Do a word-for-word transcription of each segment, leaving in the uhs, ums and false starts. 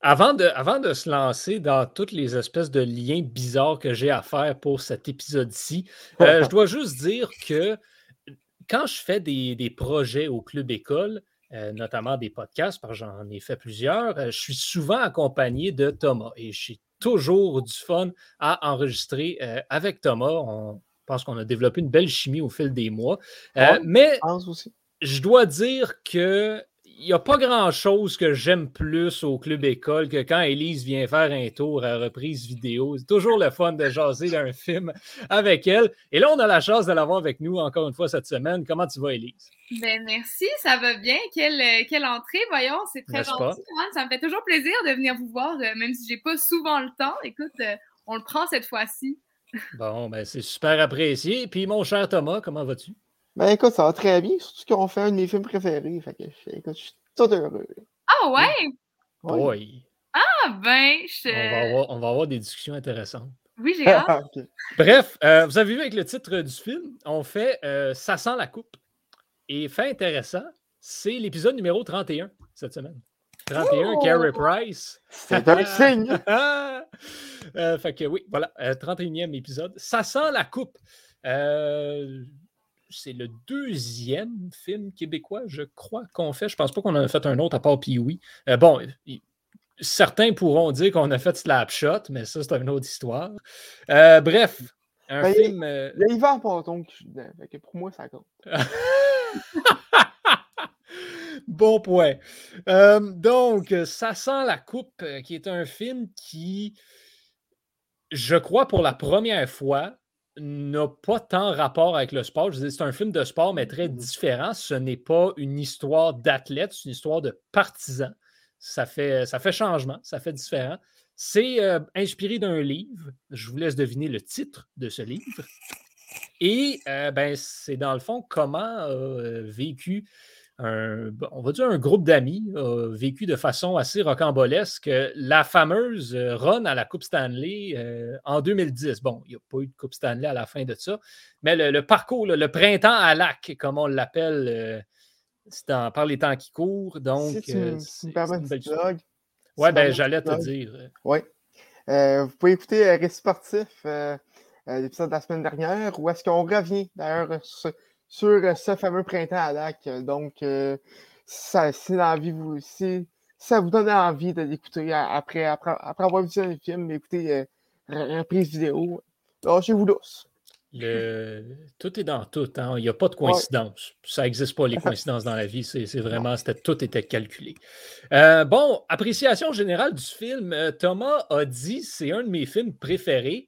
Avant de, avant de se lancer dans toutes les espèces de liens bizarres que j'ai à faire pour cet épisode-ci, euh, je dois juste dire que quand je fais des, des projets au Club École, euh, notamment des podcasts, parce que j'en ai fait plusieurs, euh, je suis souvent accompagné de Thomas et j'ai toujours du fun à enregistrer euh, avec Thomas. On pense qu'on a développé une belle chimie au fil des mois. Euh, Ouais, je mais pense aussi. je dois dire que il n'y a pas grand-chose que j'aime plus au Club École que quand Élise vient faire un tour à reprise vidéo. C'est toujours le fun de jaser d'un film avec elle. Et là, on a la chance de l'avoir avec nous encore une fois cette semaine. Comment tu vas, Élise? Ben merci, ça va bien. Quelle, euh, quelle entrée, voyons, c'est très N'est-ce gentil. pas? Hein? Ça me fait toujours plaisir de venir vous voir, euh, même si j'ai pas souvent le temps. Écoute, euh, on le prend cette fois-ci. Bon, ben c'est super apprécié. Puis mon cher Thomas, comment vas-tu? Ben écoute, ça va très bien, surtout qu'on fait un de mes films préférés. Fait que, je- écoute, je suis tout heureux. Ah ouais? Oui. Boy, Ah ben, on va je... avoir, on va avoir des discussions intéressantes. Oui, j'ai hâte. Ok. Bref, euh, vous avez vu avec le titre du film, on fait euh, Ça sent la coupe. Et fait intéressant, c'est l'épisode numéro trente et un cette semaine. trente et un, Oh! Carey Price. C'est un signe! Euh, fait que oui, voilà, euh, trente et unième épisode. Ça sent la coupe. Euh, c'est le deuxième film québécois, je crois, qu'on fait. Je pense pas qu'on en a fait un autre à part Pee-Wee. Euh, bon, il- certains pourront dire qu'on a fait Slapshot, mais ça, c'est une autre histoire. Euh, bref, un Ben, film. euh, Il y a Yvan Ponton qui joue dedans. Fait que pour moi, ça compte. Bon point. Euh, donc, Ça sent la coupe, euh, qui est un film qui, je crois, pour la première fois, n'a pas tant rapport avec le sport. Je veux dire, c'est un film de sport, mais très différent. Ce n'est pas une histoire d'athlète, c'est une histoire de partisans. Ça fait, ça fait changement, ça fait différent. C'est euh, inspiré d'un livre. Je vous laisse deviner le titre de ce livre. Et euh, ben, c'est dans le fond comment a euh, vécu un, on va dire un groupe d'amis a vécu de façon assez rocambolesque la fameuse euh, run à la Coupe Stanley euh, en deux mille dix. Bon, il n'y a pas eu de Coupe Stanley à la fin de ça, mais le, le parcours, le, le printemps à lac, comme on l'appelle, euh, c'est dans, par les temps qui courent. Donc, Si tu, euh, me- tu me c'est permets c'est une une belle petite histoire. blog. Ouais, ben j'allais te dire. Oui. Euh, vous pouvez écouter euh, Récit sportif, euh, euh, l'épisode de la semaine dernière, où est-ce qu'on revient d'ailleurs sur, sur euh, ce fameux printemps à lac. Donc, euh, ça, si, l'envie vous, si ça vous donne envie de l'écouter après, après, après avoir vu le film, écoutez euh, reprise vidéo, lâchez-vous douce. Le... Tout est dans tout. Hein? Il n'y a pas de Ouais. coïncidence. Ça n'existe pas, les coïncidences dans la vie. C'est, c'est vraiment, c'était, tout était calculé. Euh, bon, appréciation générale du film. Euh, Thomas a dit c'est un de mes films préférés.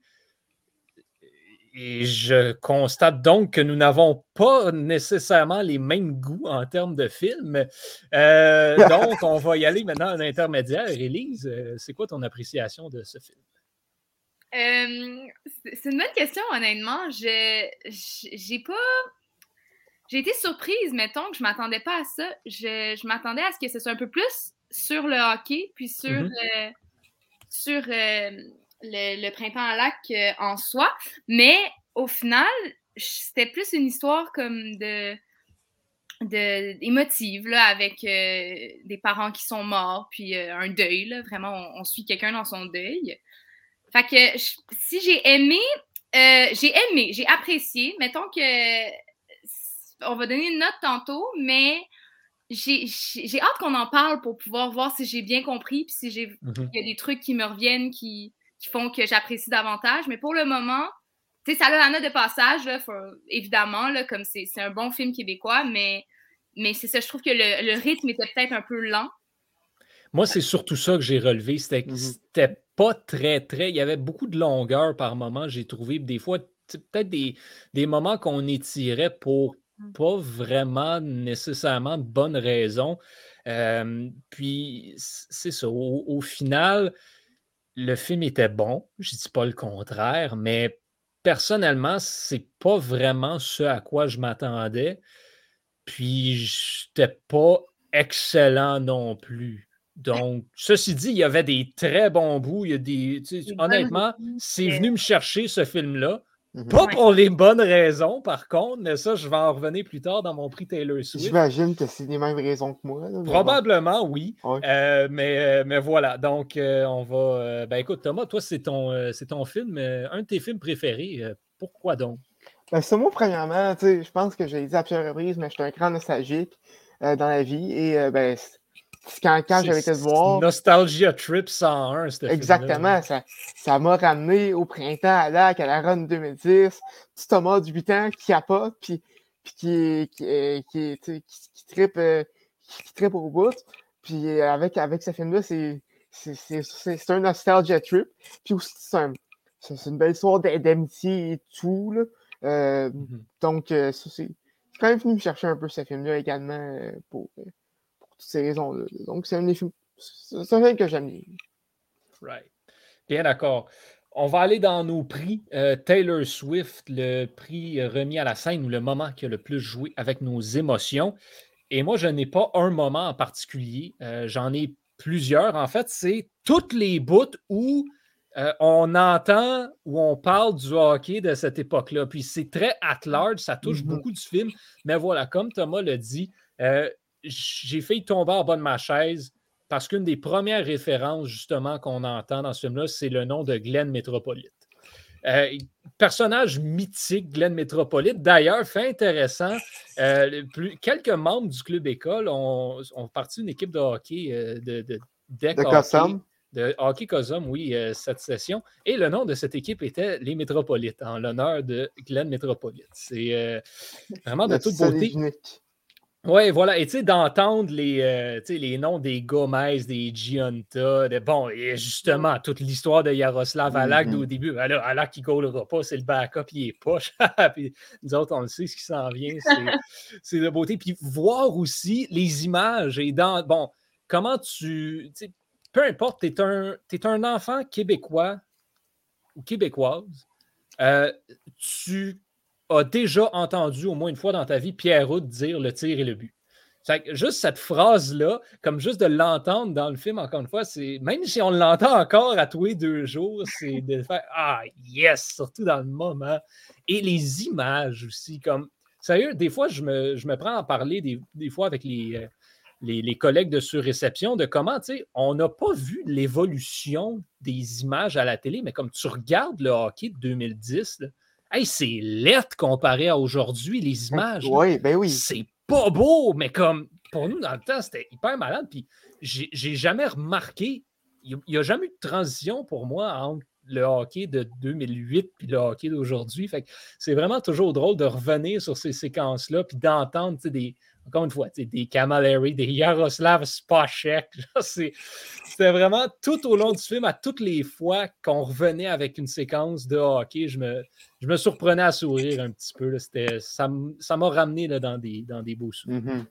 Et je constate donc que nous n'avons pas nécessairement les mêmes goûts en termes de films. Euh, donc, on va y aller maintenant en intermédiaire. Élise, euh, c'est quoi ton appréciation de ce film? Euh, c'est une bonne question, honnêtement. Je, j'ai pas... J'ai été surprise, mettons, que je m'attendais pas à ça. Je, je m'attendais à ce que ce soit un peu plus sur le hockey, puis sur, mm-hmm. euh, sur euh, le, le printemps à lac euh, en soi. Mais au final, c'était plus une histoire comme de, de émotive, là, avec euh, des parents qui sont morts, puis euh, un deuil, là. Vraiment, on, on suit quelqu'un dans son deuil. Fait que je, si j'ai aimé, euh, j'ai aimé, j'ai apprécié. Mettons que on va donner une note tantôt, mais j'ai, j'ai, j'ai hâte qu'on en parle pour pouvoir voir si j'ai bien compris, puis si j'ai, mm-hmm. il y a des trucs qui me reviennent, qui, qui font que j'apprécie davantage. Mais pour le moment, tu sais, ça a la note de passage, là, faut, évidemment, là, comme c'est, c'est un bon film québécois, mais, mais c'est ça, je trouve que le, le rythme était peut-être un peu lent. Moi, c'est surtout ça que j'ai relevé. C'était, mm-hmm. c'était pas très, très... Il y avait beaucoup de longueur par moment, j'ai trouvé. Des fois, peut-être des, des moments qu'on étirait pour pas vraiment nécessairement de bonnes raisons. Euh, puis, c'est ça. Au, au final, le film était bon. Je dis pas le contraire, mais personnellement, c'est pas vraiment ce à quoi je m'attendais. Puis, j'étais pas excellent non plus. Donc, ceci dit, il y avait des très bons bouts. Il y a des, honnêtement, c'est venu me chercher ce film-là. Mhm. Pas Ouais. pour les bonnes raisons, par contre, mais ça, je vais en revenir plus tard dans mon prix Taylor Swift. J'imagine que c'est les mêmes raisons que moi. Là, mais bon. Probablement, oui. Ouais. Euh, mais, euh, mais voilà. Donc, euh, on va. euh, ben écoute, Thomas, toi, c'est ton, euh, c'est ton film, euh, un de tes films préférés. Euh, pourquoi donc? Ben, c'est moi, premièrement, tu sais, je pense que j'ai dit à plusieurs reprises, mais je suis un grand nostalgique euh, dans la vie. Et euh, ben, c'est- c'est quand, quand C'est- j'avais été le c'est voir, Nostalgia Trip cent un, ce film-là. exactement, ça, ça m'a ramené au printemps à Lac, à la run deux mille dix. Petit Thomas de huit ans qui capote, puis, puis qui, qui, euh, qui, tu sais, qui, qui trippe, euh, qui, qui trippe au bout. Puis euh, avec, avec ce film-là, c'est, c'est, c'est, c'est, c'est un nostalgia trip. Puis aussi, c'est, un, c'est c'est une belle histoire d'a- d'amitié et tout, là. Euh, Mhm. donc, euh, ça, c'est, c'est quand même venu me chercher un peu ce film-là également euh, pour, euh, pour toutes ces raisons-là. Donc, c'est un des films, c'est c'est un film que j'aime bien. Right. Bien d'accord. On va aller dans nos prix. Euh, Taylor Swift, le prix euh, remis à la scène ou le moment qui a le plus joué avec nos émotions. Et moi, je n'ai pas un moment en particulier. Euh, j'en ai plusieurs. En fait, c'est toutes les bouts où euh, on entend, où on parle du hockey de cette époque-là. Puis c'est très at large, ça touche Mhm. beaucoup du film. Mais voilà, comme Thomas l'a dit, euh, j'ai failli tomber en bas de ma chaise parce qu'une des premières références, justement, qu'on entend dans ce film-là, c'est le nom de Glenn Metropolite. Euh, personnage mythique, Glenn Metropolite. D'ailleurs, fait intéressant, euh, plus, quelques membres du club école ont, ont parti d'une équipe de hockey, euh, de, de deck De hockey, Cossum. de hockey Cosum, oui, euh, cette session. Et le nom de cette équipe était les Métropolites, en l'honneur de Glenn Metropolite. C'est euh, vraiment de Le toute seul et beauté. unique. Oui, voilà. Et tu sais, d'entendre les, euh, tu sais, les noms des Gomez, des Giunta, de, bon, et justement, toute l'histoire de Yaroslav Alak Mhm. au début. Ben là, Alak, il ne goalera pas, c'est le backup, il est poche. Puis nous autres, on le sait, ce qui s'en vient, c'est, c'est de beauté. Puis voir aussi les images et dans, bon, comment tu, tu sais, peu importe, tu es un, t'es un enfant québécois ou québécoise, euh, tu as déjà entendu au moins une fois dans ta vie Pierre Hout dire le tir et le but. Fait que juste cette phrase-là, comme juste de l'entendre dans le film, encore une fois, c'est même si on l'entend encore à tous les deux jours, c'est de faire ah yes, surtout dans le moment. Et les images aussi, comme sérieux, des fois, je me, je me prends à parler des, des fois avec les, euh, les, les collègues de surréception de comment, tu sais, on n'a pas vu l'évolution des images à la télé, mais comme tu regardes le hockey de deux mille dix, là, hey, c'est laid comparé à aujourd'hui, les images. là. Oui, ben oui. C'est pas beau, mais comme pour nous, dans le temps, c'était hyper malade. Puis j'ai, j'ai jamais remarqué, il n'y a jamais eu de transition pour moi entre le hockey de deux mille huit puis le hockey d'aujourd'hui. Fait que c'est vraiment toujours drôle de revenir sur ces séquences-là puis d'entendre tu sais, des, encore une fois, tu sais, des Camilleri, des Yaroslav Spacek. Genre, c'est- C'était vraiment tout au long du film, à toutes les fois qu'on revenait avec une séquence de hockey, je me, je me surprenais à sourire un petit peu. Là. C'était, ça, m- ça m'a ramené là, dans, des, dans des beaux souvenirs. Mhm.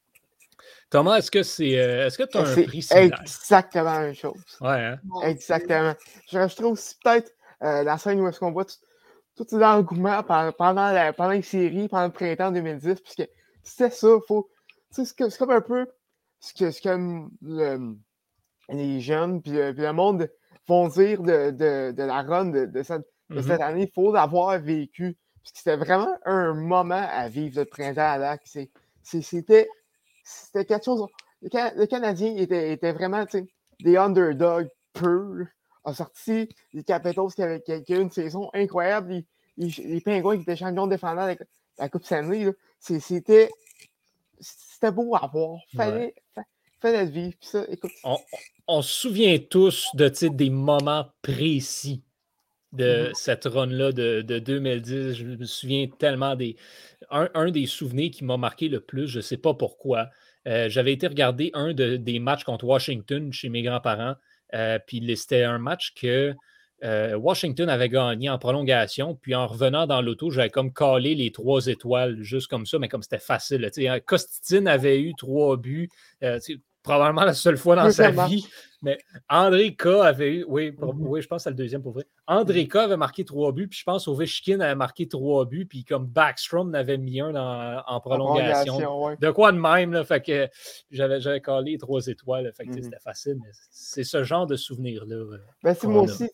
Thomas, est-ce que c'est euh, est-ce que tu as un C'est prix similaire? exactement la même chose. Ouais, hein? Exactement. Je rajouterais aussi peut-être euh, la scène où est-ce qu'on voit tout, tout l'engouement pendant, pendant, la, pendant les séries, pendant le printemps deux mille dix, puisque c'était ça, faut. Tu sais, c'est que- c'est comme un peu ce que, ce que le- les jeunes puis le, puis le monde vont dire de, de, de la run de, de cette, de Mhm. cette année. Il faut l'avoir vécu. Parce que c'était vraiment un moment à vivre, le printemps à Lac. C'est- c'est- C'était c'était quelque chose. Le, Ca- le Canadien était, était vraiment tu sais, des underdogs purs. A sorti les Capitals qui avaient, qui avaient une saison incroyable. Les, les, les Pingouins qui étaient champions défendants de la, la Coupe Stanley. là. C'est- C'était c'était beau à voir. Fallait, fa- fallait le vivre. Puis ça, écoute. On, on se souvient tous de tu sais, des moments précis de Mhm. cette run-là de, de deux mille dix. Je me souviens tellement des. Un, un des souvenirs qui m'a marqué le plus, je ne sais pas pourquoi. Euh, j'avais été regarder un de- des matchs contre Washington chez mes grands-parents. Euh, puis c'était un match que euh, Washington avait gagné en prolongation. Puis en revenant dans l'auto, j'avais comme calé les trois étoiles, juste comme ça, mais comme c'était facile. Tu sais, Costitine avait eu trois buts. Euh, tu sais, probablement la seule fois dans sa Deuxième vie. match. Mais André K avait eu, oui, pour- Mhm. oui, je pense que c'est le deuxième pour vrai. André K avait marqué trois buts, puis je pense Ovechkin avait marqué trois buts, puis comme Backstrom en avait mis un dans- en En prolongation. prolongation, ouais. De quoi de même, là, fait que j'avais, j'avais collé trois étoiles, là, fait que tu sais, Mhm. c'était facile, mais c'est ce genre de souvenir-là euh, Ben, c'est qu'on moi a. aussi, tu sais.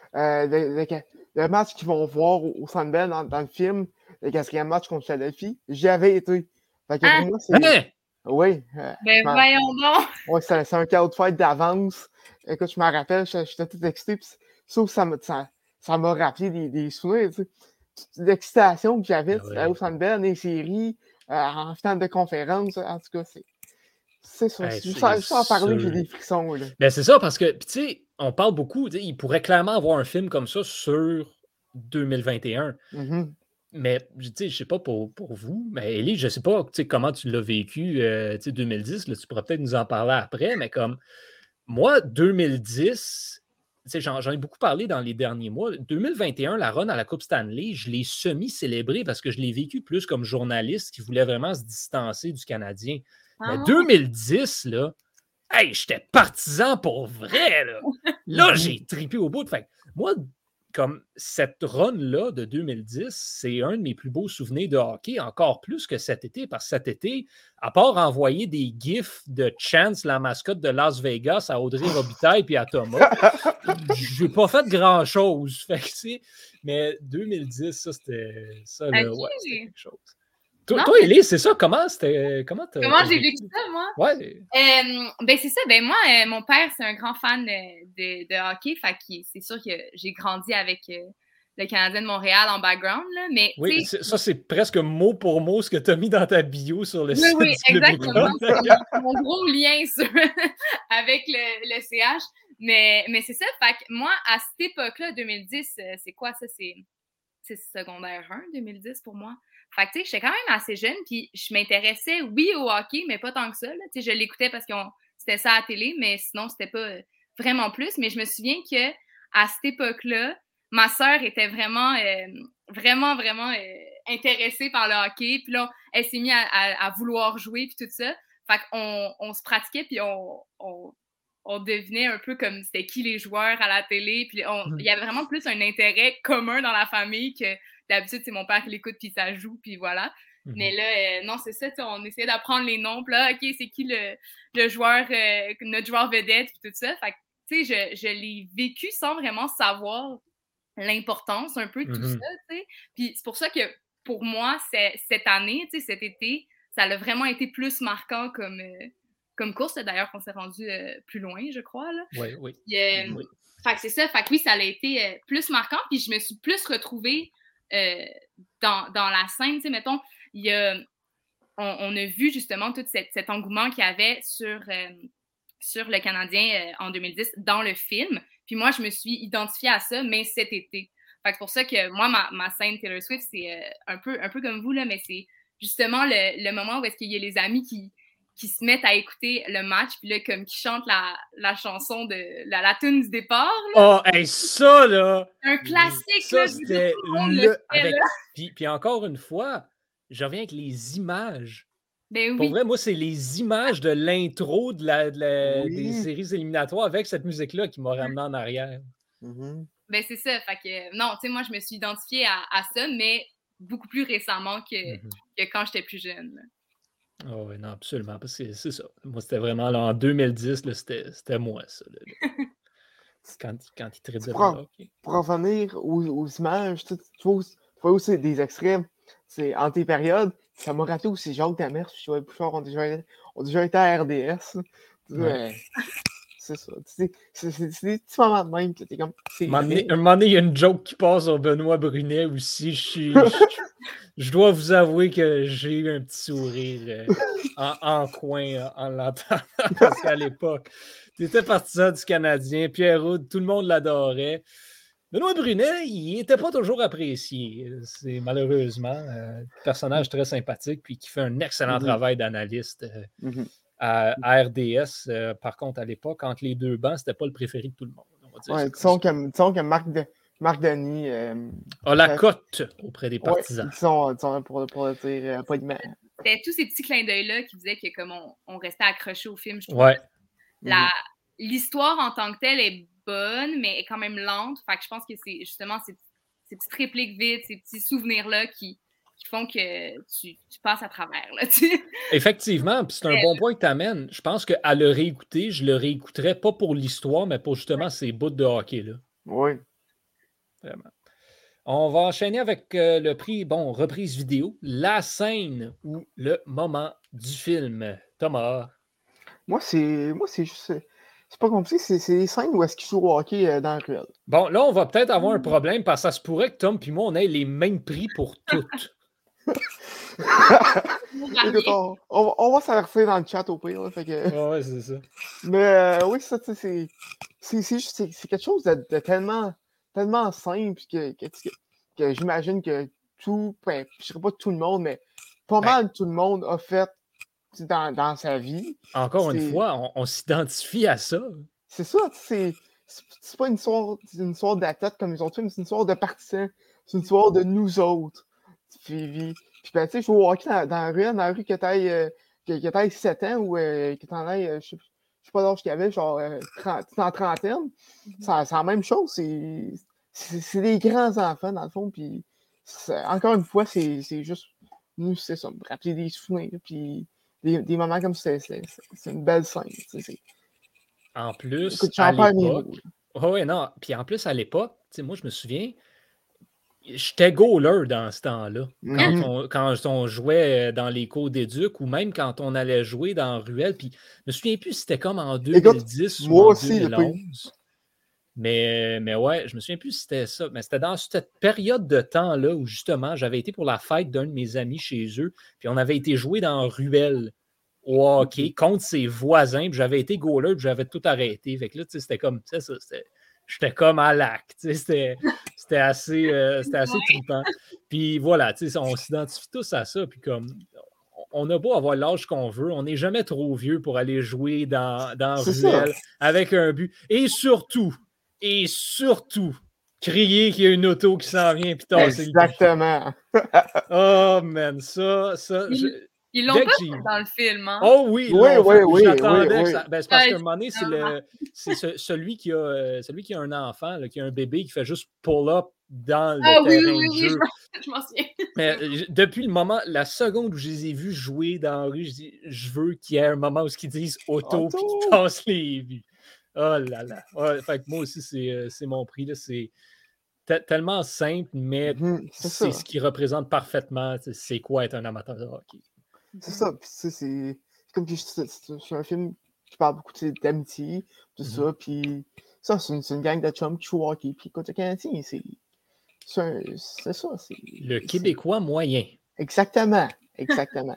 euh, le, le, le match qu'ils vont voir au, au Centre Bell dans, dans le film, le quatrième match contre Philadelphie, j'y avais été. Fait que Ah! pour moi, c'est. Hein? Oui. Euh, Ben je m'en- voyons donc! ouais, c'est c'est un cadeau de fête d'avance. Écoute, je m'en rappelle, je- j'étais tout excité. Puis sauf que ça m'a ça, ça m'a rappelé des, des souvenirs, tu sais. L'excitation que j'avais Ah tu sais, ouais. au Centre Bell, les séries, euh, en finale de conférence. En tout cas, c'est. C'est ça. Hey, Si c'est juste en parler, j'ai sûr. des frissons. Là. Ben, c'est ça, parce que, puis tu sais, on parle beaucoup, tu sais, il pourrait clairement avoir un film comme ça sur deux mille vingt et un. Mhm. Mais, tu sais, je sais pas pour, pour vous, mais Élie, je sais pas tu sais, comment tu l'as vécu, euh, tu sais, deux mille dix, là, tu pourras peut-être nous en parler après, mais comme moi, deux mille dix, tu sais, j'en, j'en ai beaucoup parlé dans les derniers mois. deux mille vingt et un, la run à la Coupe Stanley, je l'ai semi-célébrée parce que je l'ai vécu plus comme journaliste qui voulait vraiment se distancer du Canadien. Ah Mais ouais? deux mille dix, là, hey, j'étais partisan pour vrai, là. Là, j'ai trippé au bout. Fait que moi, comme cette run-là de deux mille dix, c'est un de mes plus beaux souvenirs de hockey, encore plus que cet été, parce que cet été, à part envoyer des gifs de Chance, la mascotte de Las Vegas, à Audrey Robitaille et à Thomas, j'ai pas fait grand-chose. Fait que, tu sais, mais deux mille dix, ça, c'était ça, là, Ok. ouais, c'était quelque chose. Toi, Non, toi mais- Élise, c'est ça? Comment c'était. Comment, t'as- Comment t'as j'ai vécu ça, moi? Ouais. Euh, ben c'est ça, ben moi, euh, mon père, c'est un grand fan euh, de, de hockey, fait que c'est sûr que j'ai grandi avec euh, le Canadien de Montréal en background, là, mais tu Oui, sais, c'est- ça, c'est presque mot pour mot ce que tu as mis dans ta bio sur le oui, site oui, du exactement, Québécois. c'est mon, mon gros lien sur, avec le, le C H, mais, mais c'est ça, fait que moi, à cette époque-là, deux mille dix, euh, c'est quoi ça? C'est, c'est secondaire un, deux mille dix pour moi. Fait que, tu sais, j'étais quand même assez jeune, puis je m'intéressais, oui, au hockey, mais pas tant que ça. Là. Tu sais, je l'écoutais parce que c'était ça à la télé, mais sinon, c'était pas euh, vraiment plus. Mais je me souviens que à cette époque-là, ma sœur était vraiment, euh, vraiment, vraiment euh, intéressée par le hockey. Puis là, elle s'est mise à, à, à vouloir jouer, puis tout ça. Fait qu'on on se pratiquait, puis on, on, on devinait un peu comme c'était qui les joueurs à la télé. Puis il y avait vraiment plus un intérêt commun dans la famille que d'habitude, c'est mon père qui l'écoute, puis ça joue, puis voilà. Mm-hmm. Mais là, euh, non, c'est ça, on essayait d'apprendre les noms, puis là, OK, c'est qui le, le joueur, euh, notre joueur vedette, puis tout ça. Fait que, tu sais, je, je l'ai vécu sans vraiment savoir l'importance un peu de tout mm-hmm. ça, tu sais. Puis c'est pour ça que, pour moi, c'est, cette année, tu sais, cet été, ça a vraiment été plus marquant comme, euh, comme course. D'ailleurs, qu'on s'est rendu euh, plus loin, je crois, là. Oui, oui. Puis, euh, oui. Fait que c'est ça, fait que oui, ça a été euh, plus marquant, puis je me suis plus retrouvée Euh, dans, dans la scène, tu sais, mettons, il y a, on, on a vu justement tout cette, cet engouement qu'il y avait sur, euh, sur le Canadien euh, en deux mille dix dans le film. Puis moi, je me suis identifiée à ça, mais cet été. Fait que c'est pour ça que moi, ma, ma scène Taylor Swift, c'est euh, un, peu, un peu comme vous, là, mais c'est justement le, le moment où est-ce qu'il y a les amis qui, qui se mettent à écouter le match, puis là, comme qui chantent la, la chanson de la, la tune du départ. Là. Oh, hey, ça, là! Un classique, ça, là! C'était le... le avec... puis, puis encore une fois, je reviens avec les images. Ben oui. Pour vrai, moi, c'est les images de l'intro de la, de la, oui. des séries éliminatoires avec cette musique-là qui m'a ramené en arrière. Mm-hmm. Ben c'est ça, fait que... Non, tu sais, moi, je me suis identifiée à, à ça, mais beaucoup plus récemment que, mm-hmm. que quand j'étais plus jeune. Là. Oh, oui, non, absolument. Parce que c'est ça. Moi, c'était vraiment là, en deux mille dix, là, c'était, c'était moi, ça. Là, là. Quand, quand il traite de pour, en, okay. pour en venir aux, aux images, tu, tu, vois, tu vois aussi des extraits, c'est en tes périodes, ça m'a rappelé aussi Jacques Demers, puis Joël Bouchard ont déjà, ont déjà été à R D S. Ouais. Euh, c'est ça. C'est, c'est, c'est, c'est des petits moments de même. T'es comme, c'est un moment donné, il y a une joke qui passe au Benoît Brunet aussi. Je, suis, je, je dois vous avouer que j'ai eu un petit sourire euh, en, en coin en l'entendant. Parce qu'à l'époque, tu étais partisan du Canadien. Pierre-Houd, tout le monde l'adorait. Benoît Brunet, il n'était pas toujours apprécié. C'est malheureusement un personnage très sympathique puis qui fait un excellent mm-hmm. travail d'analyste. Euh, mm-hmm. À, à R D S, euh, par contre, à l'époque, entre les deux bancs, c'était pas le préféré de tout le monde. Ouais, disons que, disons que Marc, de, Marc Denis euh, a la cote auprès des partisans. Ouais, disons, disons, pour, pour le dire euh, poliment. C'était tous ces petits clins d'œil-là qui disaient que comme on, on restait accroché au film, je trouve. Ouais. La, mm-hmm. L'histoire en tant que telle est bonne, mais est quand même lente. Fait que je pense que c'est justement ces, ces petites répliques vides, ces petits souvenirs-là qui, qui font que tu, tu passes à travers. Là, tu... Effectivement, puis c'est un bon point que tu amènes. Je pense qu'à le réécouter, je le réécouterais pas pour l'histoire, mais pour justement ces bouts de hockey-là. Oui. Vraiment. On va enchaîner avec euh, le prix, bon, reprise vidéo, la scène ou le moment du film. Thomas. Moi, c'est moi c'est juste. C'est pas compliqué, c'est, c'est les scènes où est-ce qu'ils jouent au hockey euh, dans le ruelle. Bon, là, on va peut-être avoir un problème parce que ça se pourrait que Tom et moi, on ait les mêmes prix pour toutes. Écoute, on, on, va- on va s'avertir dans le chat au pire. Là, fait que... Ouais, ouais, c'est ça. Mais euh, oui, ça, tu sais, c'est, c'est, c'est, juste- c'est, c'est quelque chose de, de tellement, tellement simple que, que, que, que j'imagine que tout, ben, je dirais pas tout le monde, mais pas Ben, mal tout le monde a fait tu sais, dans, dans sa vie. Encore une C'est- fois, on, on s'identifie à ça. C'est ça, tu sais, c'est c'est pas une histoire, c'est une histoire de la tête comme les autres films, c'est une histoire de partisans, c'est une histoire de nous autres. Puis, puis, puis ben, tu sais, je joue au hockey dans, dans la rue, dans la rue que t'ailles euh, que, que t'ailles sept ans ou euh, que t'en ailles, euh, je sais je sais pas l'âge qu'il y avait, genre euh, trente, en trentaine. C'est c'est la même chose, c'est c'est c'est des grands enfants dans le fond, puis c'est- encore une fois, c'est c'est juste, nous, c'est ça, me rappeler des souvenirs, puis des, des moments comme ça, c'est c'est- c'est une belle scène, tu sais, c'est- En plus, Écoute, à j'en perds mes l'époque. mots. Oh, ouais, non. Puis en plus, à l'époque, tu sais, moi, je me souviens, j'étais goaler dans ce temps-là. Quand, Mhm. on, quand on jouait dans les cours d'éduc ou même quand on allait jouer dans Ruelle. Puis je me souviens plus si c'était comme en Écoute, deux mille dix ou moi en aussi, le pays. deux mille onze. Mais, mais ouais, je me souviens plus si c'était ça. Mais c'était dans cette période de temps-là où justement, j'avais été pour la fête d'un de mes amis chez eux. Puis on avait été jouer dans Ruelle au hockey contre ses voisins. Puis j'avais été goaler, puis j'avais tout arrêté. Fait que là, tu sais, c'était comme ça. C'était, j'étais comme à lac. Tu sais, c'était, c'était assez, euh, c'était assez Ouais. trippant. Puis voilà, tu sais, on s'identifie tous à ça. Puis comme, on a beau avoir l'âge qu'on veut, on n'est jamais trop vieux pour aller jouer dans, dans C'est ça. Ruelle avec un but. Et surtout, et surtout, crier qu'il y a une auto qui s'en vient puis tasser le but. Exactement. Oh man, ça, ça. Ils, je- ils l'ont dès pas que j'ai- fait dans le film, hein? Oh oui, ils Oui, l'ont oui, fait, puis oui, j'attendais oui, que oui. ça. Ben, c'est parce Ouais, qu'à un moment donné, c'est, le, c'est ce- celui, qui a, euh, celui qui a un enfant, là, qui a un bébé, qui fait juste pull-up dans le Ah oui, oui, terrain oui, de oui, jeu. je m'en- je m'en souviens. Mais euh, depuis le moment, la seconde où je les ai vus jouer dans la rue, je dis, je veux qu'il y ait un moment où ils disent auto Auto. puis qu'ils tassent les buts. Oh là là. Ouais, fait que moi aussi, c'est, euh, c'est mon prix. Là. C'est te- tellement simple, mais Mhm, c'est c'est ça. ce qui représente parfaitement tu sais, c'est quoi être un amateur de hockey. C'est ça. Puis, tu sais, c'est c'est comme que je- c'est c'est- c'est un film qui parle beaucoup tu sais, d'amitié, tout Mhm. ça. Puis ça, c'est une, c'est une gang de chums qui jouent au hockey. Puis écoute, le Canadien, c'est c'est un- c'est ça. c'est- Le c'est- Québécois moyen. Exactement. Exactement.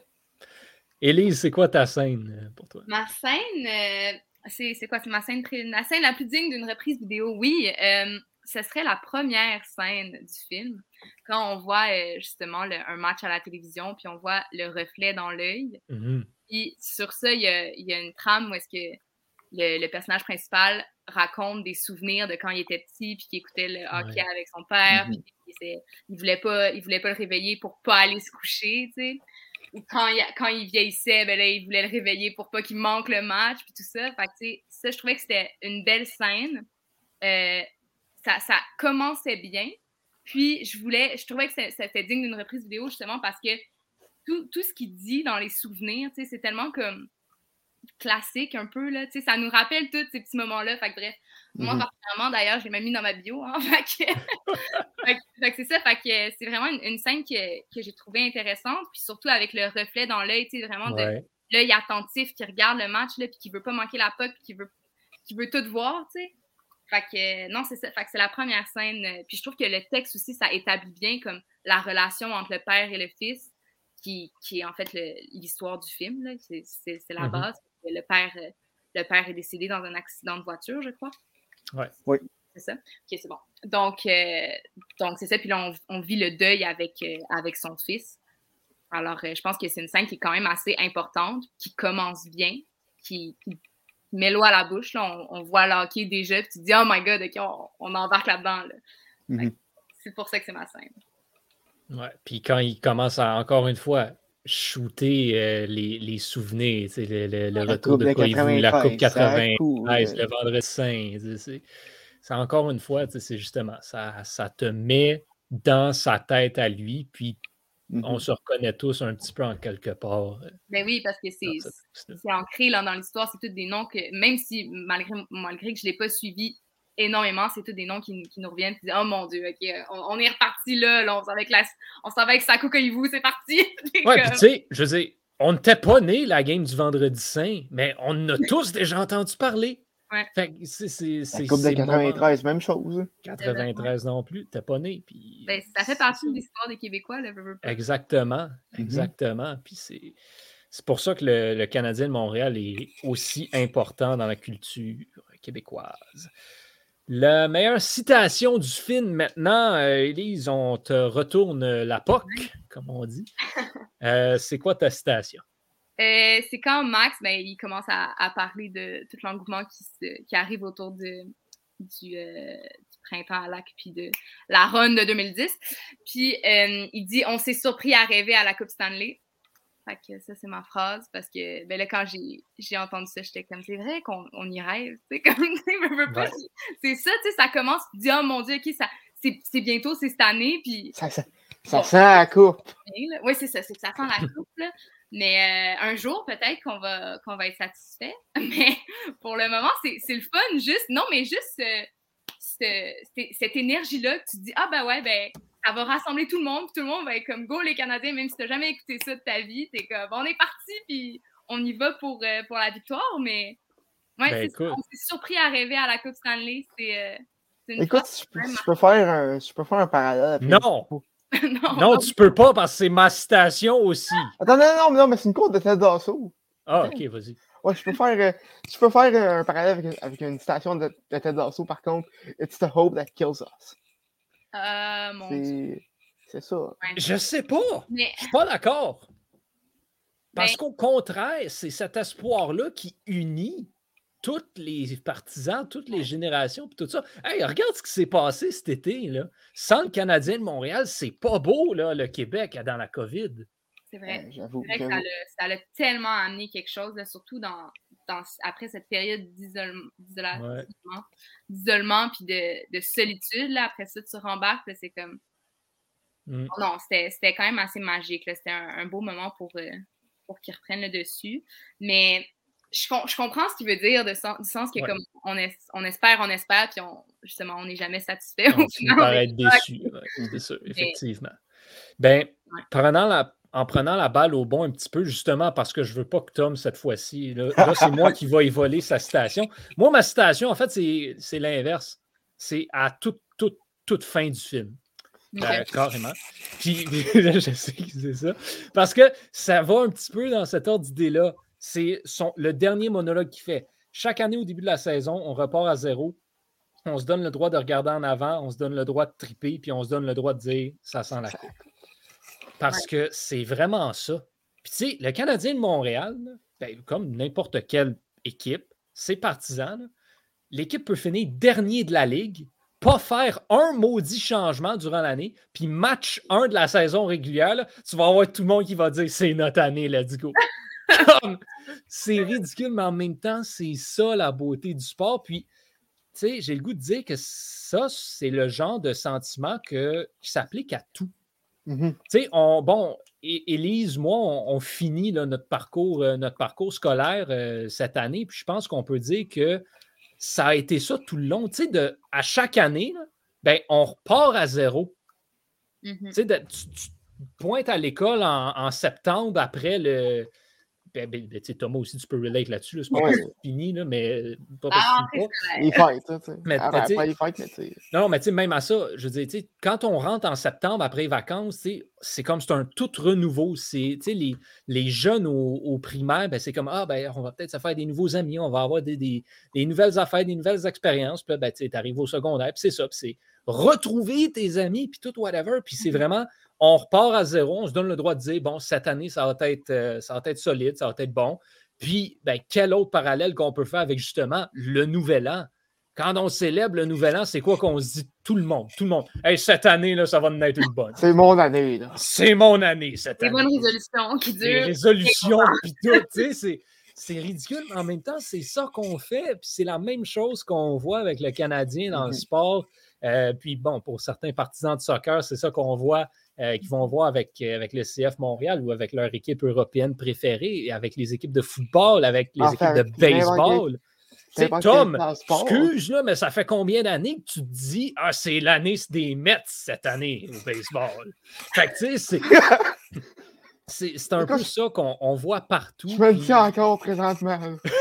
Élise, c'est quoi ta scène euh, pour toi? Ma scène, euh, c'est, c'est quoi? C'est ma scène, pré- ma scène la plus digne d'une reprise vidéo. Oui, euh, ce serait la première scène du film. Quand on voit euh, justement le- un match à la télévision, puis on voit le reflet dans l'œil. Mhm. Puis sur ça, il y a, il y a une trame où est-ce que le, le personnage principal raconte des souvenirs de quand il était petit, puis qu'il écoutait le hockey Ouais. avec son père, Mhm. puis qu'il s'est- il voulait pas, il voulait pas le réveiller pour pas aller se coucher, tu sais. Ou quand il, quand il vieillissait, ben là, il voulait le réveiller pour pas qu'il manque le match, puis tout ça. Fait que, tu sais, ça, je trouvais que c'était une belle scène. Euh, ça, ça commençait bien. Puis, je voulais, je trouvais que c'est- c'était digne d'une reprise vidéo, justement, parce que tout, tout ce qu'il dit dans les souvenirs, tu sais, c'est tellement comme classique un peu, là, tu sais, ça nous rappelle tous ces petits moments-là, fait que bref, moi Mhm. particulièrement, d'ailleurs, je l'ai même mis dans ma bio, hein, fait que, fait que- fait que c'est ça, fait que c'est vraiment une, une scène que, que j'ai trouvée intéressante, puis surtout avec le reflet dans l'œil, tu sais, vraiment de Ouais. l'œil attentif qui regarde le match, là, puis qui veut pas manquer la puck, puis qui veut, qui veut tout voir, tu sais. Fait que, euh, non, c'est ça. Fait que c'est la première scène. euh, Puis je trouve que le texte aussi, ça établit bien comme la relation entre le père et le fils, qui, qui est en fait le- l'histoire du film. Là. C'est, c'est, c'est la Mhm. base. Le père, euh, le père est décédé dans un accident de voiture, je crois. Ouais. Oui. C'est ça? Ok, c'est bon. Donc, euh, donc c'est ça. Puis là, on, on vit le deuil avec, euh, avec son fils. Alors, euh, je pense que c'est une scène qui est quand même assez importante, qui commence bien, qui, qui met l'eau à la bouche. Là. On, on voit le hockey déjà, puis tu te dis « Oh my God, OK, on, on embarque là-dedans. Là. » Mhm. C'est pour ça que c'est ma scène. Ouais. Puis quand il commence à, encore une fois, shooter euh, les, les souvenirs, tu sais, le, le- le La retour coupe de de Koivu, la Coupe quatre-vingt-treize, ça coule. quatre-vingt-treize, le Vendredi Saint. tu sais, C'est, c'est encore une fois, tu sais, c'est justement, ça, ça te met dans sa tête à lui, puis Mhm. on se reconnaît tous un petit peu en quelque part. euh, Ben oui, parce que dans c'est, ce texte-là. c'est ancré là, dans l'histoire. C'est tous des noms que, même si, malgré, malgré que je ne l'ai pas suivi énormément. C'est tous des noms qui, qui nous reviennent. Puis, oh mon Dieu, OK, on, on est reparti là. là on s'en va avec, la, on s'en va avec Saku Koivu, c'est parti. Ouais, puis tu sais, je veux dire, on n'était pas né la game du Vendredi Saint, mais on a tous déjà entendu parler. Ouais. Fait que c'est, c'est, c'est, la Coupe de quatre-vingt-treize, moment... même chose. quatre-vingt-treize non plus, t'es pas né. Puis... Ben, ça fait partie de l'histoire des Québécois. Là, exactement, exactement. Mm-hmm. Puis c'est, c'est pour ça que le, le Canadien de Montréal est aussi important dans la culture québécoise. La meilleure citation du film maintenant, euh, Élise, on te retourne la P O C, comme on dit. Euh, c'est quoi ta citation? Euh, c'est quand Max, ben, il commence à, à parler de tout l'engouement qui, se, qui arrive autour de, du, euh, du printemps à lac puis de la run de deux mille dix. Puis euh, il dit « On s'est surpris à rêver à la Coupe Stanley ». Fait que ça, c'est ma phrase, parce que ben là, quand j'ai, j'ai entendu ça, j'étais comme, c'est vrai qu'on on y rêve, tu sais, comme, je veux pas. Ouais. C'est ça, tu sais, ça commence, tu dis, oh mon Dieu, OK, ça, c'est, c'est bientôt, c'est cette année, puis... Ça, ça, ça bon, sent la coupe. Oui, c'est ça, c'est que ça sent la coupe, là. Mais euh, un jour, peut-être qu'on va, qu'on va être satisfait, mais pour le moment, c'est, c'est le fun, juste, non, mais juste euh, ce, cette énergie-là, que tu te dis, ah ben ouais, ben... ça va rassembler tout le monde, puis tout le monde va être comme « Go les Canadiens », même si tu n'as jamais écouté ça de ta vie, t'es comme « On est parti, puis on y va pour, euh, pour la victoire », mais ouais, ben, c'est ça, on s'est surpris à rêver à la Coupe Stanley, c'est, euh, c'est une écoute, je peux, je, peux faire un, je peux faire un parallèle. Non! non! Non, tu peux pas, parce que c'est ma citation aussi. Attends, non, non, non, mais c'est une course de Ted Lasso. Ah, OK, vas-y. Ouais, je peux faire, euh, je peux faire un parallèle avec, avec une citation de, de Ted Lasso, par contre, « It's the hope that kills us ». Euh, mon c'est... Dieu. c'est ça. Ouais. Je sais pas. Mais... Je suis pas d'accord. Parce mais... qu'au contraire, c'est cet espoir-là qui unit tous les partisans, toutes les générations, puis tout ça. Hey, regarde ce qui s'est passé cet été, là. Sans le Canadien de Montréal, c'est pas beau, là, le Québec, dans la COVID. C'est vrai. Ouais, j'avoue, c'est vrai j'avoue. que ça l'a tellement amené quelque chose, là, surtout dans, dans, après cette période d'isolement, ouais. d'isolement puis de, de solitude. Là, après ça, tu rembarques, là, c'est comme... Mm. Oh non, c'était, c'était quand même assez magique. Là. C'était un, un beau moment pour, euh, pour qu'ils reprennent le dessus. Mais je, je comprends ce qu'il veut dire, de sens, du sens que ouais. comme on, es, on espère, on espère, puis on, justement, on n'est jamais satisfait. On finit par être déçu, ouais, c'est ça, effectivement. Mais... Ben, ouais. prenant la... en prenant la balle au bon un petit peu, justement parce que je ne veux pas que Tom, cette fois-ci, là, là c'est moi qui va y voler sa citation. Moi, ma citation, en fait, c'est, c'est l'inverse. C'est à toute, toute, toute fin du film. Okay. Euh, carrément. Puis, je sais que c'est ça. Parce que ça va un petit peu dans cet ordre d'idée-là. C'est son, le dernier monologue qu'il fait. Chaque année, au début de la saison, on repart à zéro. On se donne le droit de regarder en avant, on se donne le droit de triper, puis on se donne le droit de dire « ça sent la coupe ». Parce que c'est vraiment ça. Puis tu sais, le Canadien de Montréal, ben, comme n'importe quelle équipe, ses partisans, là, l'équipe peut finir dernier de la Ligue, pas faire un maudit changement durant l'année, puis match un de la saison régulière, là, tu vas avoir tout le monde qui va dire « c'est notre année, let's go ». Comme, c'est ridicule, mais en même temps, c'est ça la beauté du sport. Puis, tu sais, j'ai le goût de dire que ça, c'est le genre de sentiment que, qui s'applique à tout. Mm-hmm. Tu sais, on, bon, Élise, moi, on, on finit là, notre, parcours, euh, notre parcours scolaire euh, cette année, puis je pense qu'on peut dire que ça a été ça tout le long. Tu sais, de, à chaque année, là, ben, on repart à zéro. Mm-hmm. Tu sais, de, tu, tu pointes à l'école en, en septembre après le... Ben, ben, ben, Thomas aussi, tu peux relate là-dessus. Là. C'est pas ouais. fini, là, mais pas parce ah, que il fight, tu sais. Mais, ah, ben, pas il fight, mais tu sais. Non, mais tu sais, même à ça, je veux dire, quand on rentre en septembre après les vacances, c'est comme c'est un tout renouveau. Les, les jeunes au, au primaire, ben, c'est comme ah, ben, on va peut-être se faire des nouveaux amis, on va avoir des, des, des nouvelles affaires, des nouvelles expériences. Puis ben, tu arrives au secondaire, puis c'est ça. Puis c'est retrouver tes amis, puis tout, whatever. Puis c'est vraiment. On repart à zéro, on se donne le droit de dire, bon, cette année, ça va être, euh, ça va être solide, ça va être bon. Puis, ben, quel autre parallèle qu'on peut faire avec, justement, le nouvel an? Quand on célèbre le nouvel an, c'est quoi qu'on se dit? Tout le monde, tout le monde. Hey, cette année, là, ça va nous être une bonne. C'est mon année, là. C'est mon année, cette Les année. Les bonnes résolutions qui durent. Les résolutions, puis tout, tu sais, c'est... C'est ridicule, mais en même temps, c'est ça qu'on fait. Puis c'est la même chose qu'on voit avec le Canadien dans mm-hmm. le sport. Euh, puis bon, pour certains partisans de soccer, c'est ça qu'on voit, euh, qu'ils vont voir avec, avec le C F Montréal ou avec leur équipe européenne préférée, avec les équipes de football, avec les enfin, équipes de baseball. Tu sais, Tom, excuse, là, mais ça fait combien d'années que tu te dis « Ah, c'est l'année des Mets cette année au baseball. » Fait que, tu sais, c'est... C'est, c'est un Écoute, peu ça qu'on on voit partout. Je me puis... le dis encore présentement.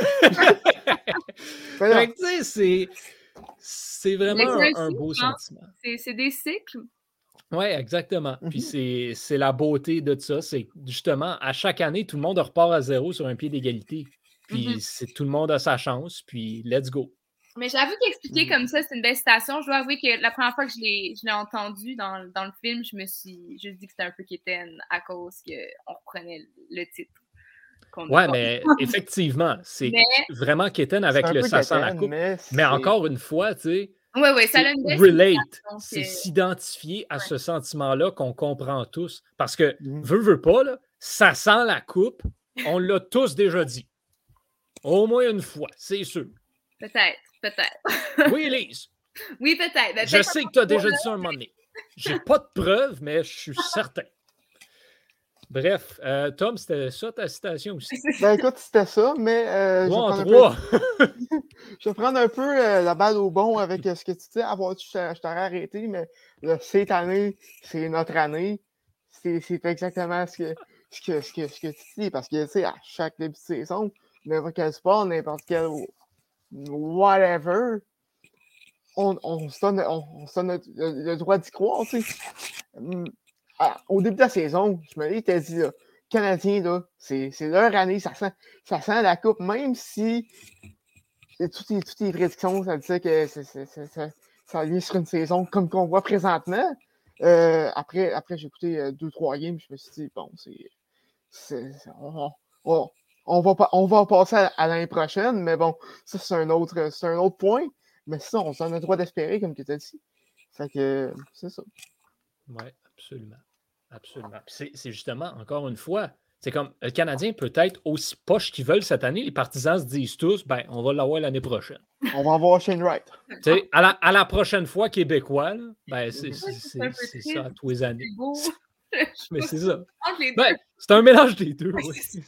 Fait que, tu sais, c'est, c'est vraiment un, un beau sentiment. C'est, c'est des cycles. Oui, exactement. Mm-hmm. Puis c'est, c'est la beauté de ça. C'est justement, à chaque année, tout le monde repart à zéro sur un pied d'égalité. Puis mm-hmm. c'est, tout le monde a sa chance. Puis let's go. Mais j'avoue qu'expliquer mm-hmm. comme ça, c'est une belle citation. Je dois avouer que la première fois que je l'ai, je l'ai entendu dans, dans le film, je me suis juste dit que c'était un peu quétaine à cause qu'on reprenait le titre. Oui, mais effectivement, c'est mais, vraiment quétaine avec le ça sent la coupe. Mais, mais encore une fois, tu sais, oui, oui, ça a une belle relate, c'est s'identifier à ouais. ce sentiment-là qu'on comprend tous. Parce que, mm. veut, veut pas, là, ça sent la coupe, on l'a tous déjà dit. Au moins une fois, c'est sûr. Peut-être, peut-être. Oui, Elise. Oui, peut-être. peut-être je sais que tu as déjà dit ça un moment donné. J'ai pas de preuves, mais je suis certain. Bref, euh, Tom, c'était ça ta citation aussi? Ben écoute, c'était ça, mais euh, trois je, vais trois. Peu... je vais prendre un peu euh, la balle au bon avec euh, ce que tu dis. Avoir, je, je t'aurais arrêté, mais là, cette année, c'est notre année. C'est, c'est exactement ce que, ce, que, ce, que, ce que tu dis. Parce que, tu sais, à chaque début de saison, n'importe quel sport, n'importe quel whatever, on, on se donne, on, on se donne le, le droit d'y croire, tu sais. Alors, au début de la saison, je me l'étais dit, là, Canadiens, là, c'est, c'est leur année, ça sent, ça sent la coupe, même si toutes les, toutes les prédictions, ça disait que c'est, c'est, c'est, ça, ça allait sur une saison comme qu'on voit présentement. Euh, après, après, j'ai écouté euh, deux, trois games, je me suis dit, bon, c'est. c'est, c'est on, on, on, va pas, on va passer à, à l'année prochaine, mais bon, ça, c'est un autre, c'est un autre point. Mais ça, on s'en a le droit d'espérer, comme tu as dit. Fait que, c'est ça. Oui, absolument. Absolument. Puis c'est, c'est justement, encore une fois, c'est comme le Canadien peut être aussi poche qu'ils veulent cette année. Les partisans se disent tous, ben, on va l'avoir l'année prochaine. On va avoir Shane Wright. Tu sais, à la, à la prochaine fois, Québécois, là, ben, c'est, c'est, c'est, c'est, c'est ça à tous les années. Mais c'est ça. Ben, c'est un mélange des deux, oui.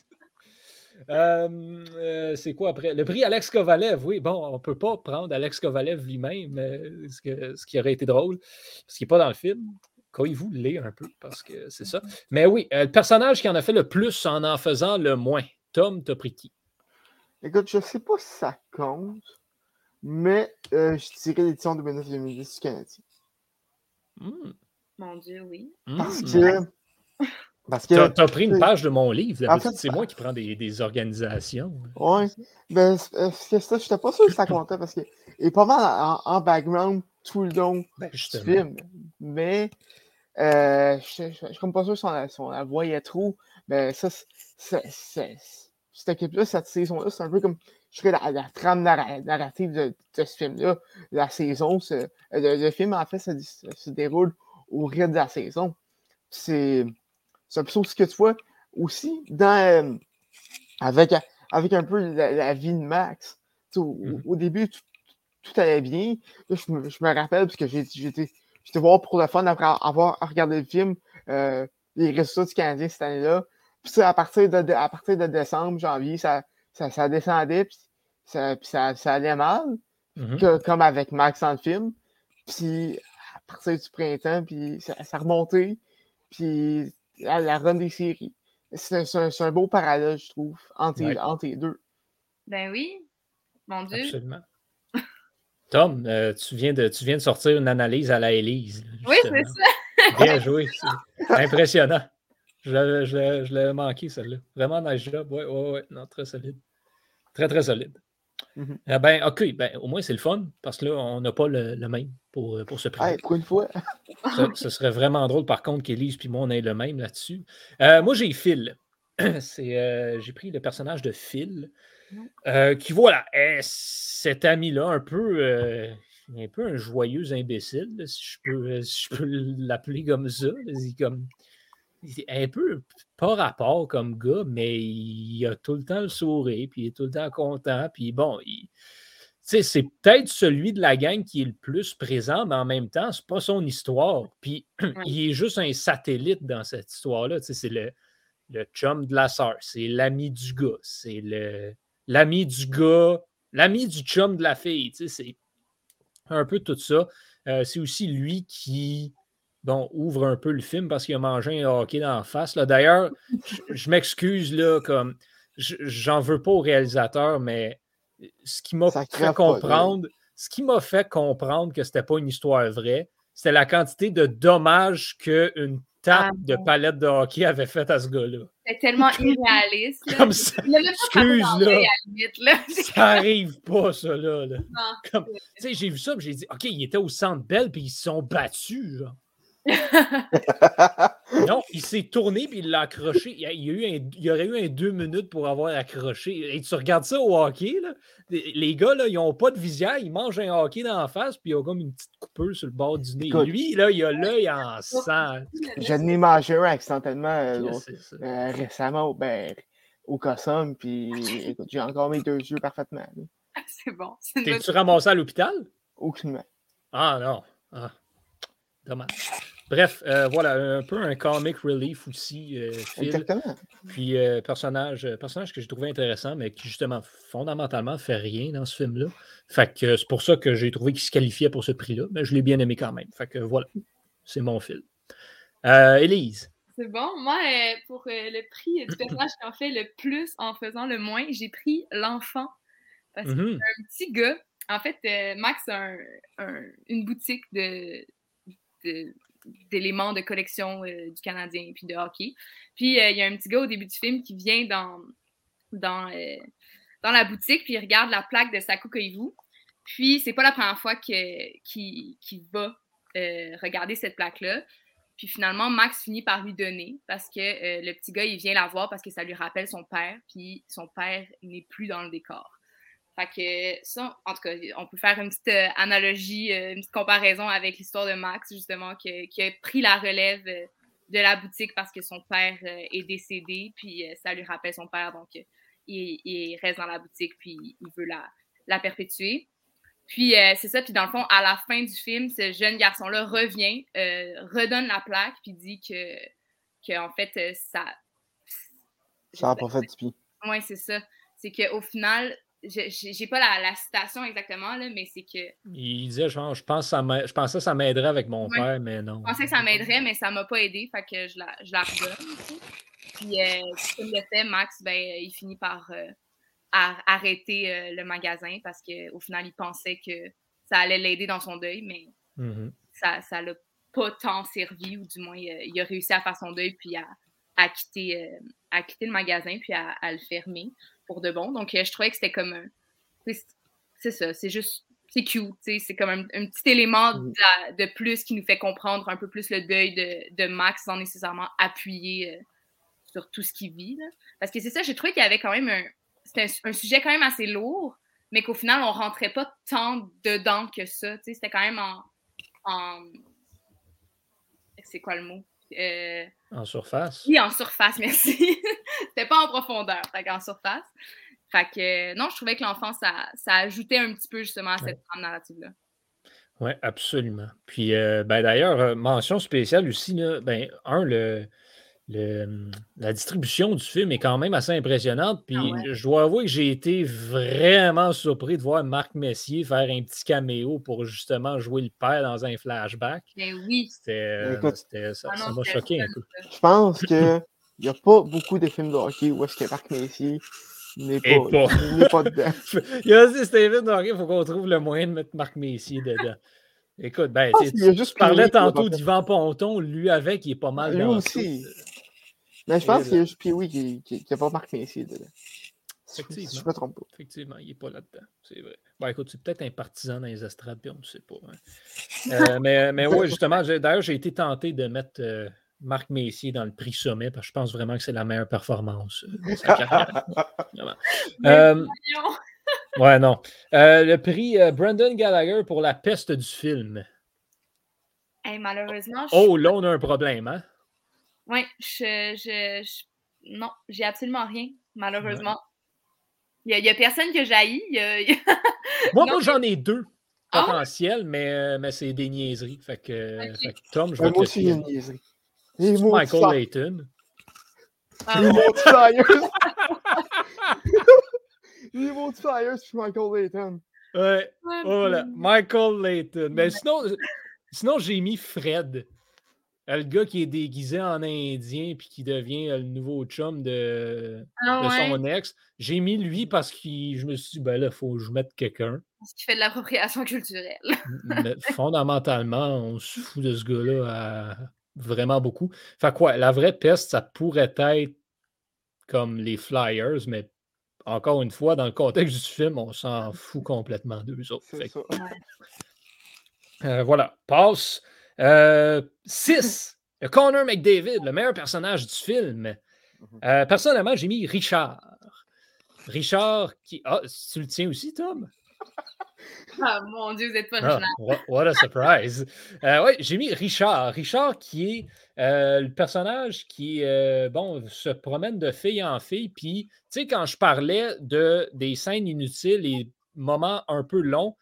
Euh, euh, c'est quoi après? Le prix Alex Kovalev, oui. Bon, on ne peut pas prendre Alex Kovalev lui-même, euh, ce, que, ce qui aurait été drôle, parce qu'il n'est pas dans le film. Coyez-vous le lire un peu, parce que c'est ça. Mais oui, euh, le personnage qui en a fait le plus en en faisant le moins. Tom, t'as pris qui? Écoute, je ne sais pas si ça compte, mais euh, je dirais l'édition deux mille neuf deux mille dix du Canadien. Mm. Mon Dieu, oui. Parce mm. que... Parce que, t'as, t'as pris une page de mon livre. En fait, c'est moi qui prends des, des organisations. Oui. Ben, c'est ça, je n'étais pas sûr que ça comptait parce qu'il est pas mal en, en background tout le long ben, du film. Mais euh, je ne suis comme pas sûr si on la, si on la voyait trop. Mais ça, c'est, c'est, cette équipe-là, cette saison-là, c'est un peu comme je dirais la, la trame narrative de, de ce film-là. La saison, c'est, le, le film, en fait, ça, ça se déroule au rythme de la saison. C'est. C'est un peu ce que tu vois aussi dans, euh, avec, avec un peu la, la vie de Max. Au, mm-hmm. au début, tout, tout allait bien. Là, je, me, je me rappelle, parce que j'ai, j'étais, j'étais voir pour le fun après avoir regardé le film, euh, les résultats du Canadien cette année-là. Puis ça, à partir de, à partir de décembre, janvier, ça, ça, ça descendait, puis ça, puis ça, ça allait mal, mm-hmm. que, comme avec Max dans le film. Puis à partir du printemps, puis ça, ça remontait. Puis à la run des séries. C'est, c'est, un, c'est un beau parallèle, je trouve, entre, ouais. entre les deux. Ben oui. Mon Dieu. Absolument. Tom, euh, tu, viens de, tu viens de sortir une analyse à la Élise. Oui, c'est ça. Bien joué. C'est impressionnant. Je l'avais, je, l'avais, je l'avais manqué, celle-là. Vraiment nice job. Oui, oui, oui. Non, très solide. Très, très solide. Mm-hmm. Eh ben, OK, ben, au moins c'est le fun, parce que là, on n'a pas le, le même pour, pour ce prix. Hey, pour une fois. ça, ce serait vraiment drôle, par contre, qu'Élise et moi, on ait le même là-dessus. Euh, moi, j'ai Phil. C'est, euh, j'ai pris le personnage de Phil, euh, qui, voilà, est cet ami-là, un peu, euh, un peu un joyeux imbécile, si je peux, si je peux l'appeler comme ça. C'est comme... un peu pas rapport comme gars, mais il a tout le temps le sourire, puis il est tout le temps content, puis bon, il, c'est peut-être celui de la gang qui est le plus présent, mais en même temps, c'est pas son histoire, puis oui. Il est juste un satellite dans cette histoire-là, c'est le, le chum de la sœur, c'est l'ami du gars, c'est le, l'ami du gars l'ami du chum de la fille. C'est un peu tout ça. Euh, c'est aussi lui qui bon, ouvre un peu le film parce qu'il a mangé un hockey dans la face. Là. D'ailleurs, je, je m'excuse, là, comme je, j'en veux pas au réalisateur, mais ce qui m'a Ça fait crève pas, comprendre, ce qui m'a fait comprendre que c'était pas une histoire vraie, c'était la quantité de dommages qu'une tape Ah, de palette de hockey avait fait à ce gars-là. C'est tellement irréaliste. Là. Comme ça. Il l'a même pas frappé Excuse, dans là. l'œil, à la limite, là. Ça arrive pas, ça, là. là. Non. Comme, tu sais, j'ai vu ça, puis j'ai dit, OK, ils étaient au Centre Bell, puis ils se sont battus, genre. Non, il s'est tourné puis il l'a accroché. Il y, a, il, y a eu un, il y aurait eu un deux minutes pour avoir accroché. Et tu regardes ça au hockey, là, les gars, là, ils n'ont pas de visière, ils mangent un hockey dans la face puis ils ont comme une petite coupeuse sur le bord du nez. Écoute, lui, là, il a l'œil en sang. J'en ai mangé un accidentellement euh, Yes, euh, récemment ben, au Cossum, puis écoute, j'ai encore mes deux yeux parfaitement. Là. C'est bon. C'est T'es-tu bonne... ramassé à l'hôpital? Aucunement. Ah non. Ah. Dommage. Bref, euh, voilà, un peu un comic relief aussi, euh, Phil. Exactement. Puis euh, personnage, personnage que j'ai trouvé intéressant, mais qui justement, fondamentalement, fait rien dans ce film-là. Fait que c'est pour ça que j'ai trouvé qu'il se qualifiait pour ce prix-là, mais je l'ai bien aimé quand même. Fait que voilà, c'est mon film. Euh, Élise. C'est bon. Moi, euh, pour euh, le prix du personnage qui en fait le plus en faisant le moins, j'ai pris l'enfant. Parce que Mm-hmm. c'est un petit gars. En fait, euh, Max a un, un, une boutique de, de, d'éléments de collection euh, du Canadien puis de hockey. Puis, euh, il y a un petit gars au début du film qui vient dans, dans, euh, dans la boutique puis il regarde la plaque de Saku Koivu. Puis, c'est pas la première fois que, qu'il, qu'il va euh, regarder cette plaque-là. Puis finalement, Max finit par lui donner parce que euh, le petit gars, il vient la voir parce que ça lui rappelle son père, puis son père n'est plus dans le décor. Fait que ça, en tout cas, on peut faire une petite euh, analogie, euh, une petite comparaison avec l'histoire de Max, justement, que, qui a pris la relève euh, de la boutique parce que son père euh, est décédé, puis euh, ça lui rappelle son père, donc euh, il, il reste dans la boutique, puis il veut la, la perpétuer. Puis euh, c'est ça, puis dans le fond, à la fin du film, ce jeune garçon-là revient, euh, redonne la plaque, puis dit que, que en fait, euh, ça... Ça n'a pas fait du bien. Oui, c'est ça. C'est qu'au final, je, j'ai pas la, la citation exactement, là, mais c'est que... Il disait, genre, je, pense ça je pensais que ça m'aiderait avec mon ouais. père, mais non. Je pensais que ça m'aiderait, mais ça m'a pas aidé, fait que je la, je la redonne. Puis, euh, comme le fait, Max, ben, il finit par... Euh, à arrêter euh, le magasin parce qu'au final, il pensait que ça allait l'aider dans son deuil, mais mm-hmm. ça ça l'a pas tant servi, ou du moins, il a, il a réussi à faire son deuil puis à, à, quitter, euh, à quitter le magasin puis à, à le fermer pour de bon. Donc, euh, je trouvais que c'était comme un... C'est, c'est ça, c'est juste... C'est cute, c'est comme un, un petit élément de, la, de plus qui nous fait comprendre un peu plus le deuil de, de Max sans nécessairement appuyer euh, sur tout ce qu'il vit. Là. Parce que c'est ça, j'ai trouvé qu'il y avait quand même un... C'était un, un sujet quand même assez lourd, mais qu'au final, on rentrait pas tant dedans que ça. T'sais, c'était quand même en, en... C'est quoi le mot? Euh... En surface? Oui, en surface, merci. C'était pas en profondeur, fait qu'en surface. Fait que non, je trouvais que l'enfant, ça, ça ajoutait un petit peu justement à cette ouais. trame narrative-là. Oui, absolument. Puis, euh, ben, d'ailleurs, mention spéciale aussi, là, ben, un, le... Le, la distribution du film est quand même assez impressionnante. Puis ah ouais. je dois avouer que j'ai été vraiment surpris de voir Marc Messier faire un petit caméo pour justement jouer le père dans un flashback. Mais oui. C'était, Écoute, c'était, ça, ah non, ça m'a choqué un peu. Je pense qu'il n'y a pas beaucoup de films de hockey où est-ce que Marc Messier n'est pas, pas. n'est pas dedans. Il y a aussi Steven de hockey, il faut qu'on trouve le moyen de mettre Marc Messier dedans. Écoute, ben, tu, tu juste parlais tantôt d'Yvan Ponton, lui avec, il est pas mal lui dans aussi. Tout. Mais je pense qu'il y a juste Pee-Wee qui n'a pas Marc Messier dedans. Effectivement. Si je me trompe pas. Effectivement, il n'est pas là-dedans. C'est vrai. Bon, écoute, c'est peut-être un partisan dans les estrades, puis on ne sait pas. Hein. euh, mais mais oui, justement, j'ai, d'ailleurs, j'ai été tenté de mettre euh, Marc Messier dans le prix Sommet, parce que je pense vraiment que c'est la meilleure performance euh, de sa carrière. euh, ouais, non. Euh, le prix euh, Brendan Gallagher pour La peste du film. Hey, malheureusement. Je... Oh, là, on a un problème, hein? Oui, je, je, je... Non, j'ai absolument rien, malheureusement. Il n'y a, a personne que j'haïs. Il y a... moi, non, moi, j'en ai deux potentiels, oh? mais, mais c'est des niaiseries. Fait que, okay. fait que Tom, je vais ouais, te moi aussi, j'ai une niaiserie. C'est Michael Layton. Ah, bon. Niveau de Flyers, puis Michael Layton. Ouais, voilà. Michael Layton. Mais sinon, sinon j'ai mis Fred. Le gars qui est déguisé en Indien puis qui devient le nouveau chum de, Ah de ouais. son ex. J'ai mis lui parce que je me suis dit, ben là, il faut que je mette quelqu'un. Parce qu'il fait de l'appropriation culturelle. Mais fondamentalement, on se fout de ce gars-là à vraiment beaucoup. Fait quoi, la vraie peste, ça pourrait être comme les Flyers, mais encore une fois, dans le contexte du film, on s'en fout complètement d'eux autres. C'est Fait que, ça. euh, voilà, passe. Euh, six. Connor McDavid, le meilleur personnage du film. Euh, personnellement, j'ai mis Richard. Richard qui. Ah, tu le tiens aussi, Tom? Ah mon Dieu, vous êtes pas Ah, original. what, what a surprise. Euh, oui, j'ai mis Richard. Richard qui est euh, le personnage qui euh, bon, se promène de fille en fille. Puis, tu sais, quand je parlais de, des scènes inutiles et moments un peu longs,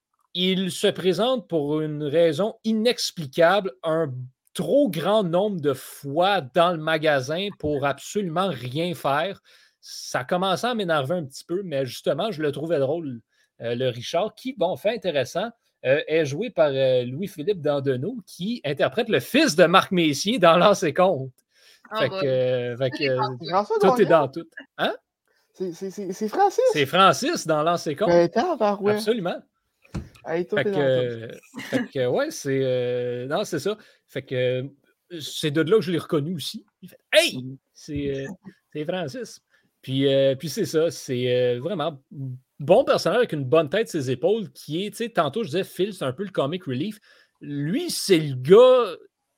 il se présente pour une raison inexplicable un trop grand nombre de fois dans le magasin pour absolument rien faire. Ça commençait à m'énerver un petit peu, mais justement, je le trouvais drôle, euh, le Richard, qui, bon, fait intéressant, euh, est joué par euh, Louis-Philippe Dandonneau, qui interprète le fils de Marc Messier dans L'Anse et Compte. Oh, Fait bah. que, euh, fait que, euh, François tout est Gagnon? dans tout. Hein? C'est- C'est c'est- c'est Francis? C'est Francis dans L'Anse et Compte. Ben, tabarouette. Absolument. Hey, tout Fait est dans que, tout. fait que, ouais, c'est. euh, non, c'est ça. Fait que euh, c'est de là que je l'ai reconnu aussi. Il fait Hey! Mhm. C'est euh, c'est Francis. Puis, euh, puis c'est ça. C'est euh, vraiment bon personnage avec une bonne tête ses épaules qui est, tu sais, tantôt je disais Phil, c'est un peu le comic relief. Lui, c'est le gars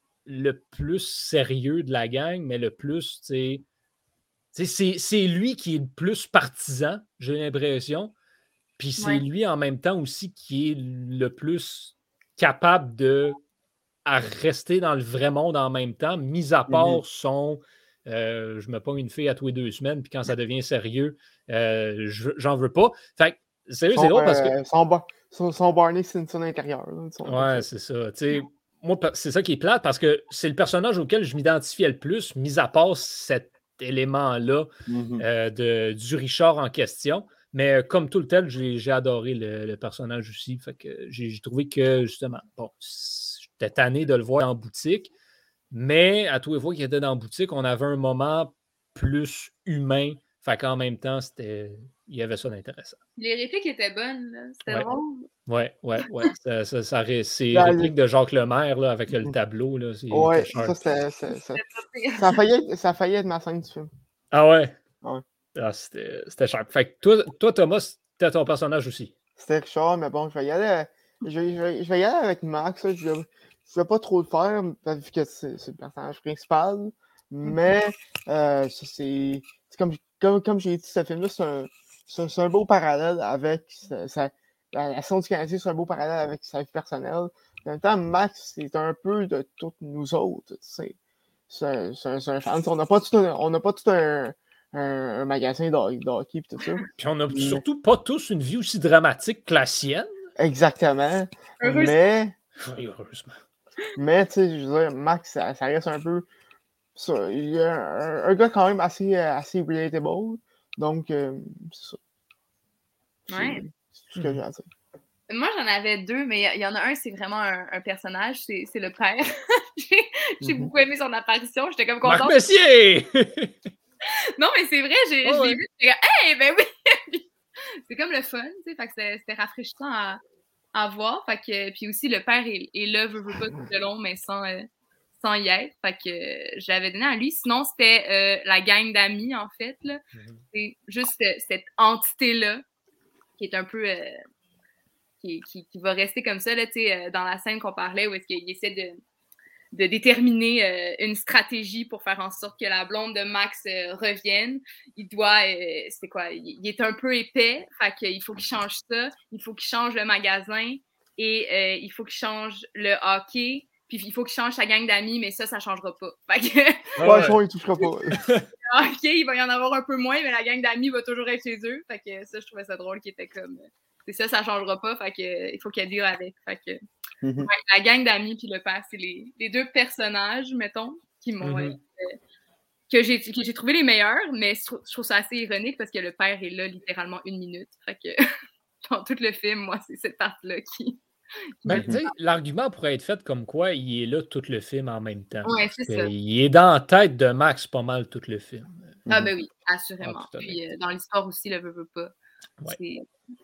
le plus sérieux de la gang, mais le plus, tu sais. tu sais, C'est c'est lui qui est le plus partisan, j'ai l'impression. Puis c'est Ouais. lui en même temps aussi qui est le plus capable de à rester dans le vrai monde en même temps, mis à part Mhm. son euh, je me pogne une fille à tous les deux semaines, puis quand ça devient sérieux, euh, je- j'en veux pas. Fait que, sérieux, c'est Son, drôle parce que. euh, son, bar- son, son Barney Simpson intérieur. là, son- Ouais, c'est ça. Tu sais, moi, pe- c'est ça qui est plate parce que c'est le personnage auquel je m'identifiais le plus, mis à part cet élément-là Mhm. euh, de, du Richard en question. Mais euh, comme tout le tel, j'ai j'ai adoré le, le personnage aussi. Fait que j'ai j'ai trouvé que, justement, bon, j'étais tanné de le voir en boutique, mais à tous les fois qu'il était dans la boutique, on avait un moment plus humain. Fait qu'en même temps, c'était il y avait ça d'intéressant. Les répliques étaient bonnes, là. C'était Ouais. drôle. Ouais, ouais, ouais. Ça, ça, ça, ré- c'est Là, réplique de Jacques Lemaire là, avec le tableau. Là, c'est Ouais, était sharp. ça, c'était. c'est- c'est- C'était pas pire. Ça a failli être- ça a failli être ma scène du film. Ah ouais? Ouais. Ah, c'était c'était sharp. Fait que toi, toi, Thomas, c'était ton personnage aussi. C'était Richard, mais bon, je vais y aller. Je vais, je vais- je vais y aller avec Max. là. Je ne vais pas trop le faire, vu que c'est c'est le personnage principal. Mais euh, ça, c'est c'est comme, comme, comme j'ai dit, ce film-là, c'est un, c'est un, c'est un beau parallèle avec sa, sa- la, la scène du Canadien, c'est un beau parallèle avec sa vie personnelle. En même temps, Max, c'est un peu de toutes nous autres. tu sais. C'est un, c'est un, c'est un fan. On n'a pas tout un, on n'a pas tout un, un, un magasin de, de hockey et tout ça. Puis on n'a Mais- surtout pas tous une vie aussi dramatique que la sienne. Exactement. Heureusement. Mais, Oui, heureusement. mais tu sais, je veux dire, Max, ça, ça reste un peu. Ça, il y a un, un gars quand même assez, euh, assez relatable. Donc, euh, c'est ça. C'est Ouais. c'est tout ce que j'ai à dire. Moi, j'en avais deux, mais il y, y en a un, c'est vraiment un, un personnage, c'est c'est le père. J'ai j'ai Mhm. beaucoup aimé son apparition, j'étais comme Marc contente. Messier! Non, mais c'est vrai, j'ai Oh, je l'ai ouais. vu, j'étais comme, hey, ben oui! C'est comme le fun, tu sais, fait que c'était c'était rafraîchissant à, à voir. Fait que, puis aussi, le père est, est là, veut, veut pas tout le long, mais sans, euh, sans y être. Fait que euh, je l'avais donné à lui. Sinon, c'était euh, la gang d'amis, en fait. Là. Mhm. C'est juste euh, cette entité-là qui est un peu. Euh, qui, qui, qui va rester comme ça, là, tu sais, euh, dans la scène qu'on parlait, où est-ce qu'il essaie de, de déterminer euh, une stratégie pour faire en sorte que la blonde de Max euh, revienne. Il doit, euh, c'est quoi, il, il est un peu épais, fait qu'il faut qu'il change ça, il faut qu'il change le magasin et euh, il faut qu'il change le hockey, puis il faut qu'il change sa gang d'amis, mais ça, ça changera pas. Fait que, Ah Ouais, ouais. je crois qu'il touchera pas. le hockey, il va y en avoir un peu moins, mais la gang d'amis va toujours être chez eux. Fait que ça, je trouvais ça drôle qu'il était comme, euh, c'est ça, ça changera pas, fait que euh, il faut qu'elle deal avec. Fait que, Mhm. ouais, la gang d'amis puis le père, c'est les, les deux personnages, mettons, qui m'ont Mhm. euh, que j'ai, que j'ai trouvé les meilleurs, mais je trouve, je trouve ça assez ironique parce que le père est là littéralement une minute. Fait que dans tout le film, moi, c'est cette partie-là qui... Ben, tu sais, l'argument pourrait être fait comme quoi il est là tout le film en même temps. Ouais, c'est ça. Il est dans la tête de Max pas mal tout le film. Ah ben oui, assurément. Ah, Puis euh, dans l'histoire aussi, le veut, veut pas. Ouais. C'est...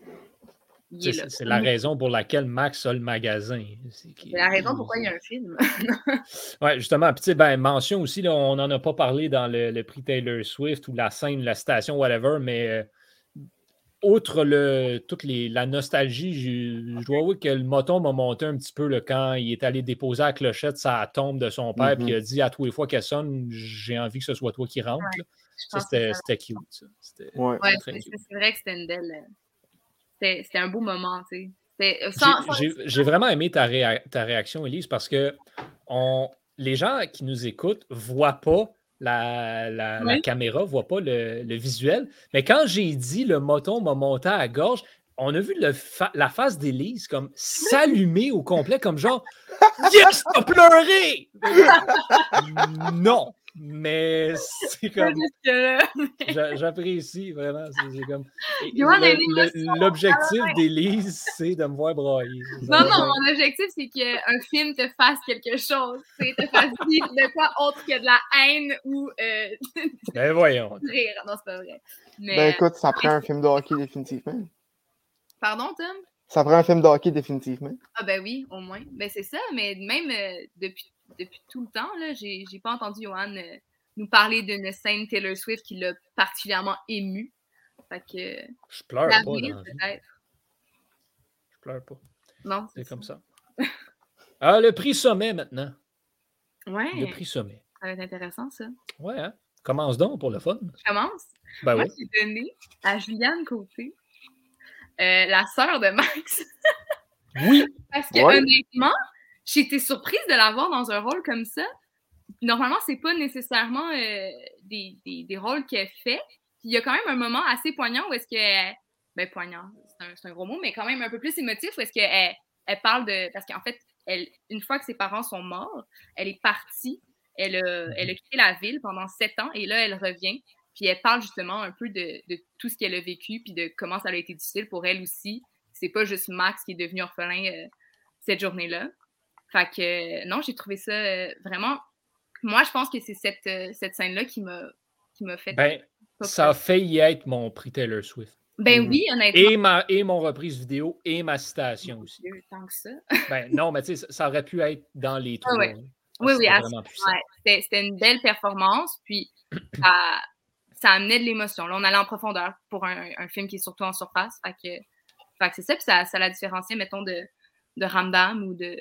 Il C'est, est là. c'est la raison pour laquelle Max a le magasin. C'est, C'est la raison pourquoi il y a un film. Oui, justement. Puis, tu sais, ben, mention aussi, là, on n'en a pas parlé dans le, le prix Taylor Swift ou la scène, la station, whatever, mais euh, outre le, toute les, la nostalgie, je, je dois avouer que le moton m'a monté un petit peu là, quand il est allé déposer la clochette sa tombe de son père, Mm-hmm. puis il a dit à tous les fois qu'elle sonne, j'ai envie que ce soit toi qui rentre. Ouais, là. je Ça, pense c'était, que ça- c'était cute. Ça. C'était Ouais. Ouais, très c'est, cute. c'est vrai que c'était une belle. euh, C'était, c'était un beau moment, tu sais. C'était, euh, sans- sans- J'ai, j'ai- j'ai vraiment aimé ta, réa- ta réaction, Élise, parce que on, les gens qui nous écoutent ne voient pas la, la, la Oui. caméra, ne voient pas le, le visuel. Mais quand j'ai dit le moton m'a monté à la gorge, on a vu le fa- la face d'Élise comme s'allumer au complet, comme genre Yes, t'as pleuré! Non, mais c'est pas comme. jusque-là. J'a- J'apprécie vraiment. C'est, c'est comme. Johan a une le- le- émotion. l'objectif d'Élise, c'est de me voir brailler. C'est Non, ça. non, mon objectif, c'est qu'un film te fasse quelque chose. Tu sais, te fasse vivre de quoi autre que de la haine ou euh, Ben voyons. du rire. Non, c'est pas vrai. Mais, Ben écoute, ça prend un film de hockey définitivement. pardon, Tom? Ça prend un film de hockey définitivement. Ah ben oui, au moins. Ben c'est ça, mais même euh, depuis, depuis tout le temps, là, j'ai, j'ai pas entendu Johan euh, nous parler d'une scène Taylor Swift qui l'a particulièrement ému. Fait que Je pleure pas l'avenir, dans la vie. peut-être. Je pleure pas. Non, C'est comme ça. Ah, le prix sommet maintenant. Ouais, Le prix sommet. ça va être intéressant, ça. Ouais, hein? Commence donc pour le fun. Je commence. Ben Moi, oui. j'ai donné à Juliane Côté, euh, la sœur de Max. Oui. Parce que, Ouais. honnêtement, j'ai été surprise de la voir dans un rôle comme ça. Normalement, c'est pas nécessairement euh, des, des, des rôles qu'elle fait. Puis il y a quand même un moment assez poignant où est-ce que... Ben, poignant, c'est un, c'est un gros mot, mais quand même un peu plus émotif où est-ce qu'elle elle parle de... Parce qu'en fait, elle, une fois que ses parents sont morts, elle est partie, elle a, elle a quitté la ville pendant sept ans et là, elle revient. Puis elle parle justement un peu de, de tout ce qu'elle a vécu puis de comment ça a été difficile pour elle aussi. C'est pas juste Max qui est devenu orphelin euh, cette journée-là. Fait que, euh, non, j'ai trouvé ça euh, vraiment... Moi, je pense que c'est cette, euh, cette scène-là qui m'a, qui m'a fait... Ben, pas ça a failli être mon prix Taylor Swift. Ben Mhm. oui, honnêtement. Et, ma, et mon reprise vidéo et ma citation aussi. Dieu, tant que ça. Ben non, mais tu sais, ça- ça aurait pu être dans les trois. ouais. hein. Oui, oui, C'était à- vraiment puissant. Ouais, c'était, c'était une belle performance, puis ça, ça amenait de l'émotion. Là, on allait en profondeur pour un, un film qui est surtout en surface. Fait que, fait que c'est ça, puis ça, ça la différenciait, mettons, de, de Ramdam ou de,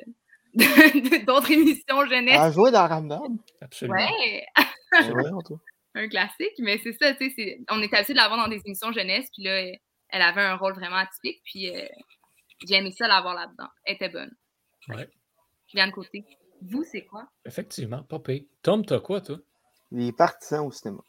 de- d'autres émissions jeunesse. Elle a joué dans Ramdam. Absolument. Ouais, Ben voyons, toi. un classique, mais c'est ça, tu sais, c'est- on était habitué de la voir dans des émissions jeunesse, puis là, elle, elle avait un rôle vraiment atypique, puis euh, j'ai aimé ça la voir là-dedans. Elle était bonne. Ouais. Juliane Côté. Vous, c'est quoi? Effectivement, pas pire. Tom, t'as quoi, toi? Les partisans au cinéma.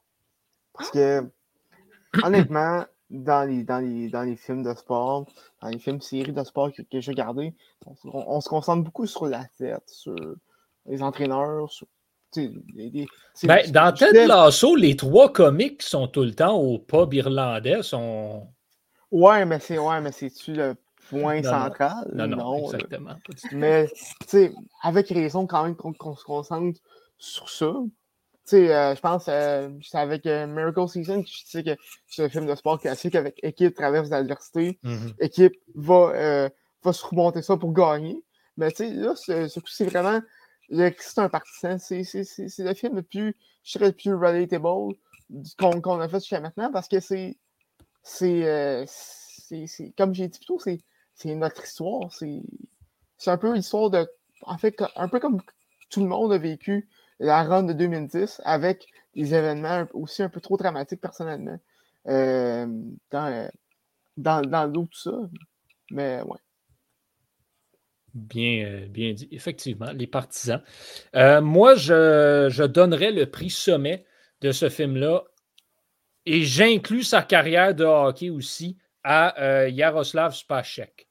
Parce que, honnêtement, dans les, dans, les, dans les films de sport, dans les films séries de sport que, que j'ai regardés, on, on- on se concentre beaucoup sur l'athlète, sur les entraîneurs, sur. tu sais, les- les- c'est- Ben, c'est- dans je Ted t'aime. Lasso, les trois comiques qui sont tout le temps au pub irlandais sont. Ouais, mais c'est ouais, mais c'est-tu le point Non, non. central? Non, non, là. exactement. Pas du tout. Mais, tu sais, avec raison quand même qu'on qu'on se concentre sur ça. Tu sais, euh, je pense, euh, c'est avec euh, Miracle Season, je sais que c'est un film de sport classique avec équipe traverse l'adversité, Mhm. équipe va, euh, va se remonter ça pour gagner. Mais tu sais, là, c'est surtout, c'est vraiment, le- c'est un partisan, c'est c'est- c'est- c'est le film le plus, je dirais, le plus relatable qu'on qu'on a fait jusqu'à maintenant parce que c'est, c'est, euh, c'est, c'est- comme j'ai dit plus tôt, c'est c'est notre histoire, c'est c'est un peu l'histoire de, en fait, co- un peu comme tout le monde a vécu la run de deux mille dix avec des événements un- aussi un peu trop dramatiques personnellement euh, dans, euh, dans, dans l'eau, tout ça. Mais ouais. Bien, euh, bien dit. Effectivement, les partisans. Euh, moi, je, je donnerais le prix sommet de ce film-là et j'inclus sa carrière de hockey aussi à euh, Yaroslav Spacek.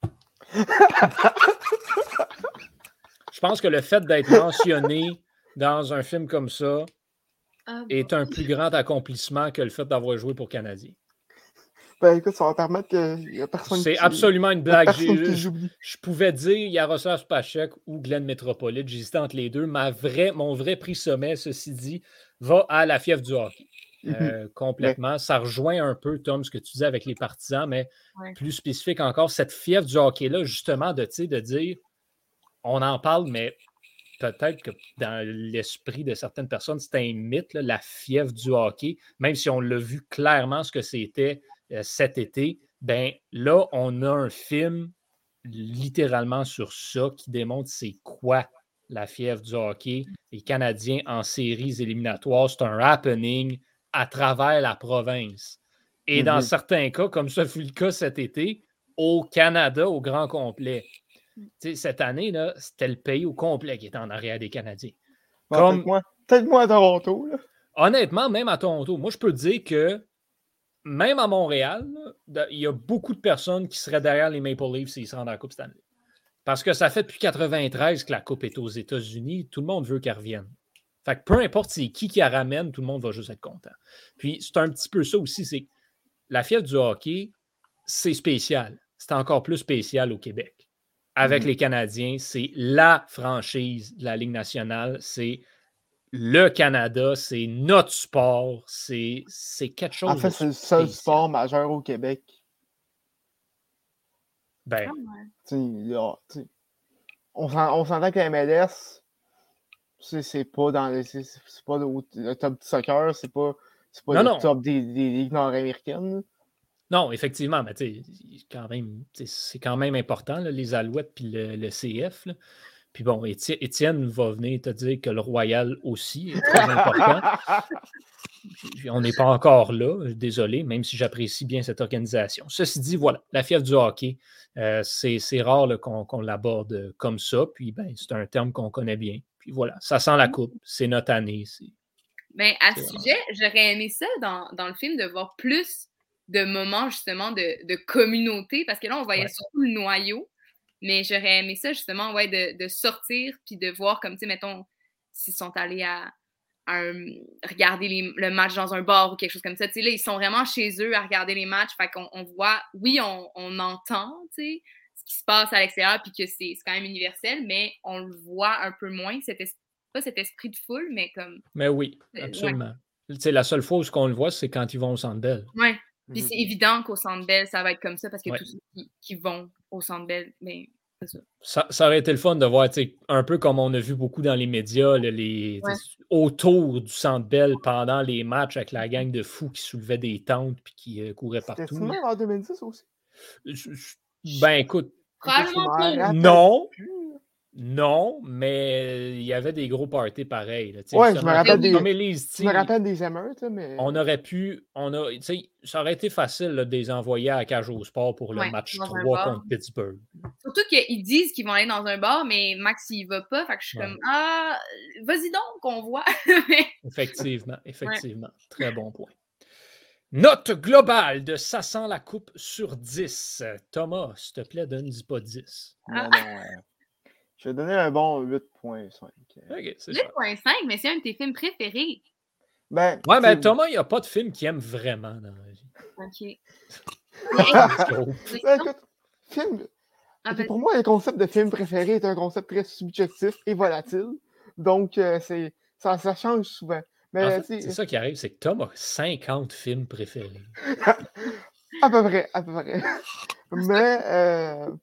Je pense que le fait d'être mentionné dans un film comme ça, Ah, est bon. un plus grand accomplissement que le fait d'avoir joué pour Canadien. Ben écoute, ça va permettre qu'il n'y a personne C'est qui. absolument une y a blague. personne J'ai- qui Je, l'oublie. je pouvais dire Yaroslav Spacek ou Glenn Metropolite. J'hésitais entre les deux. Ma vraie, mon vrai prix sommet, ceci dit, va à la fièvre du hockey. Mhm. Euh, Mais complètement. Ça rejoint un peu, Tom, ce que tu disais avec les partisans, mais Ouais. plus spécifique encore, cette fièvre du hockey-là, justement, de, tu sais, de dire, on en parle, mais peut-être que dans l'esprit de certaines personnes, c'est un mythe, là, la fièvre du hockey, même si on l'a vu clairement ce que c'était euh, cet été, ben là, on a un film littéralement sur ça qui démontre c'est quoi la fièvre du hockey. Les Canadiens en séries éliminatoires, c'est un happening à travers la province. Et dans Mhm. certains cas, comme ça fut le cas cet été, au Canada au grand complet. Tu sais, cette année, là, c'était le pays au complet qui était en arrière des Canadiens. bon, Comme, peut-être moi, peut-être moi à Toronto. Là. honnêtement, même à Toronto, moi, je peux te dire que même à Montréal, là, de- il y a beaucoup de personnes qui seraient derrière les Maple Leafs s'ils se rendent à la Coupe Stanley. Parce que ça fait depuis quatre-vingt-treize que la Coupe est aux États-Unis. Tout le monde veut qu'elle revienne. Fait que peu importe c'est qui qui la ramène, tout le monde va juste être content. Puis c'est un petit peu ça aussi, c'est que la fièvre du hockey, c'est spécial. C'est encore plus spécial au Québec. Avec Mhm. les Canadiens, c'est la franchise de la Ligue nationale. C'est le Canada, c'est notre sport. C'est, c'est quelque En chose fait, de c'est le seul spécial. sport majeur au Québec. Ben, Ah, ouais. Tu sais, là, tu sais, on s'en- on s'entend que la M L S, c'est c'est pas dans le, c'est c'est pas le, le top du soccer, c'est pas, c'est pas non, le non. top des, des ligues nord-américaines. là. Non, effectivement, mais tu sais, quand même, tu sais, c'est quand même important, là, les Alouettes puis le, le C F. Là. Puis bon, Éti- Étienne va venir te dire que le Royal aussi est très important. Puis on n'est pas encore là, désolé, même si j'apprécie bien cette organisation. Ceci dit, voilà, la fièvre du hockey, euh, c'est, c'est rare là, qu'on, qu'on l'aborde comme ça. Puis ben, c'est un terme qu'on connaît bien. Puis voilà, ça sent la coupe, c'est notre année. C'est, Ben, à c'est ce vraiment sujet, ça. j'aurais aimé ça dans, dans le film de voir plus de moments justement de, de communauté, parce que là, on voyait Ouais. surtout le noyau, mais j'aurais aimé ça justement, ouais, de, de sortir puis de voir comme, tu sais, mettons, s'ils sont allés à, à un- regarder les- le match dans un bar ou quelque chose comme ça. Tu sais, là, ils sont vraiment chez eux à regarder les matchs, fait qu'on on voit, oui, on, on entend, tu sais, ce qui se passe à l'extérieur puis que c'est c'est quand même universel, mais on le voit un peu moins, cet es- pas cet esprit de foule, mais comme, Mais oui, euh, ouais. absolument. Tu sais, la seule fois où on le voit, c'est quand ils vont au Centre Bell. Ouais. Puis Mhm. c'est évident qu'au Centre Bell, ça va être comme ça parce que Ouais. tous ceux qui, qui vont au Centre Bell, ben, c'est ça. Ça, ça aurait été le fun de voir, tu sais, un peu comme on a vu beaucoup dans les médias, là, les, Ouais. tu sais, autour du Centre Bell pendant les matchs avec la gang de fous qui soulevaient des tentes puis qui euh, couraient C'était-tu partout. même en deux mille dix aussi? Je- je- Ben écoute, Ok, je Probablement m'en pas. rappelle non, plus. non, mais il y avait des gros parties pareils. Là. Tu sais, Ouais, je me justement, rappelle comme, des, comme Élise je me dit, rappelle des émeutes, là, mais. on aurait pu, on a, tu sais, ça aurait été facile là, de les envoyer à la cage au sport pour le Ouais, match dans un trois bar. contre Pittsburgh. Surtout qu'ils disent qu'ils vont aller dans un bar, mais Max, il va pas. Fait que je suis Ouais. comme, ah, vas-y donc, on voit. Effectivement, effectivement. Très bon point. Note globale de ça sent la coupe sur dix. Thomas, s'il te plaît, donne-y pas dix. Non, non. euh, je vais donner un bon huit virgule cinq. OK, c'est huit ça. virgule cinq, mais c'est un de tes films préférés. Ben, Ouais, tu mais sais, Thomas, il n'y a pas de film qu'il aime vraiment dans la vie. OK. Gros. ben, écoute, film. Ah, ok, vas-y. pour moi, le concept de film préféré est un concept très subjectif et volatile. Donc, euh, c'est ça, ça change souvent. En Mais, fait, tu sais, c'est ça qui arrive, c'est que Tom a cinquante films préférés. à peu près, à peu près. Mais, euh,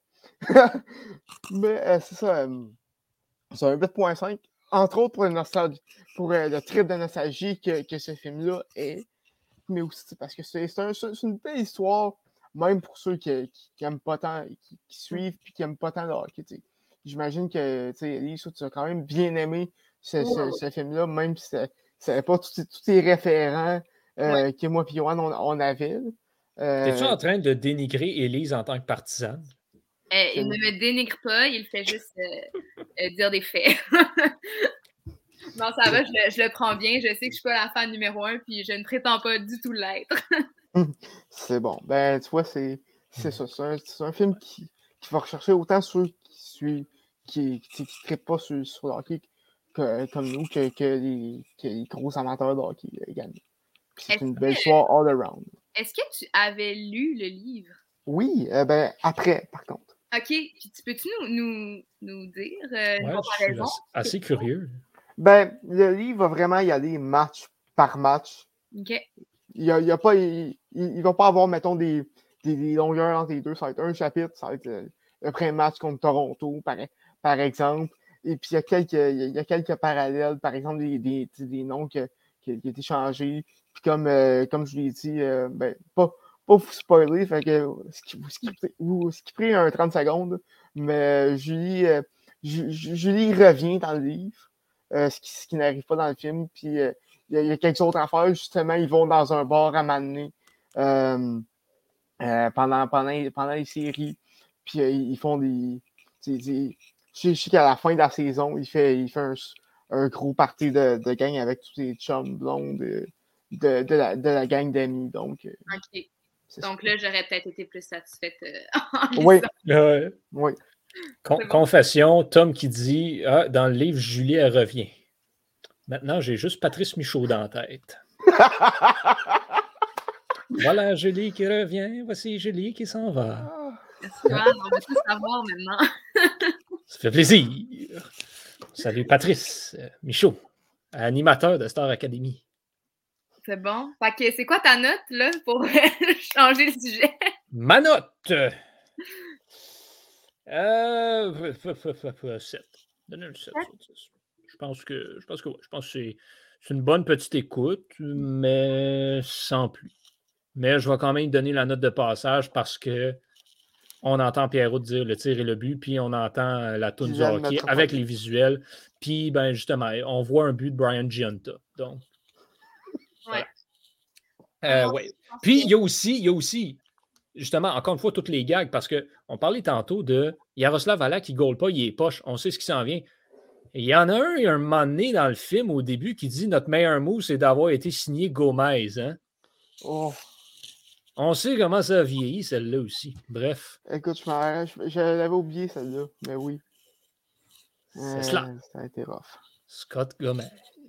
mais euh, c'est ça. euh, c'est un huit virgule cinq. Entre autres pour, le nostalgie, pour euh, le trip de nostalgie que, que ce film-là est. Mais aussi parce que c'est c'est un- c'est une belle histoire, même pour ceux qui, qui, qui aiment pas tant, qui, qui suivent puis qui aiment pas tant le hockey. tu sais. J'imagine que tu sais, Elise, tu as quand même bien aimé ce, ce, ce film-là, même si ça n'avait pas tous tous les référents euh, que moi et Yoann, on, on avait. là. T'es-tu Euh, en train de dénigrer Élise en tant que partisane? Euh, c'est il une- ne me dénigre pas, il fait juste euh, euh, dire des faits. Non, ça va, je le, je le prends bien. Je sais que je ne suis pas la fan numéro un, puis je ne prétends pas du tout l'être. C'est bon. Ben, tu vois, c'est c'est ça. C'est un, c'est un film qui, qui va rechercher autant ceux qui suivent, qui qui, qui trippent pas sur, sur le hockey, que, comme nous que, que, les, que les gros amateurs de hockey également. Puis c'est Est-ce une que- belle histoire all around. Est-ce que tu avais lu le livre? Oui, euh, ben après, par contre. OK. Puis tu peux-tu nous, nous, nous dire euh, une Ouais, je suis comparaison? assez, assez curieux. Ben, le livre va vraiment y aller match par match. OK. Il y a, il y a pas, il, il, il va pas avoir, mettons, des, des, des longueurs entre les deux. Ça va être un chapitre, ça va être le, le premier match contre Toronto, par, par exemple. Et puis, il y a quelques, il y a quelques parallèles, par exemple, des, des, des noms qui qui ont été changés. Puis, comme, euh, comme je l'ai dit, euh, ben, pas, pas vous spoiler, fait que vous skipperez, vous skipperez un trente secondes, mais Julie, euh, Ju- Julie revient dans le livre, euh, ce qui, ce qui n'arrive pas dans le film. Puis, euh, il y, a, il y a quelques autres affaires. Justement, ils vont dans un bar à m'amener euh, euh, pendant, pendant, pendant les séries. Puis euh, ils font des. des, des je sais qu'à la fin de la saison, il fait, il fait un, un gros party de, de gang avec tous les chums blondes de, de, de, la, de la gang d'amis. Donc, euh, OK. c'est Donc ça. là, j'aurais peut-être été plus satisfaite euh, en lisant. Oui, Euh, oui. con- C'est bon. Confession, Tom qui dit ah, dans le livre, Julie, elle revient. Maintenant, j'ai juste Patrice Michaud dans la tête. Voilà Julie qui revient, voici Julie qui s'en va. Merci, Joanne. On va tout savoir maintenant. Ça fait plaisir. Salut Patrice euh, Michaud, animateur de Star Academy. C'est bon. Fait que c'est quoi ta note, là, pour changer le sujet? Ma note. Euh, sept. Donnez un sept sur dix. Je pense que, je pense que, ouais, je pense que c'est, c'est une bonne petite écoute, mais sans plus. Mais je vais quand même donner la note de passage parce que on entend Pierrot dire le tir et le but, puis on entend la toune du Gisèle hockey avec Metropolitan. les visuels, puis ben justement, on voit un but de Brian Giunta. Donc, Ouais. euh, Non, ouais. je pense Puis que- il y a aussi, il y a aussi, justement, encore une fois, toutes les gags, parce qu'on parlait tantôt de Yaroslav Halak qui ne goal pas, il est poche, on sait ce qui s'en vient. Et il y en a un, il y a un moment donné dans le film au début qui dit notre meilleur move, c'est d'avoir été signé Gomez. Hein? Oh, On sait comment ça a vieilli, celle-là aussi. Bref, écoute, je, m'en- je, je l'avais oublié celle-là, mais oui. c'est Euh, cela. Ça a été rough. Scott Gomez.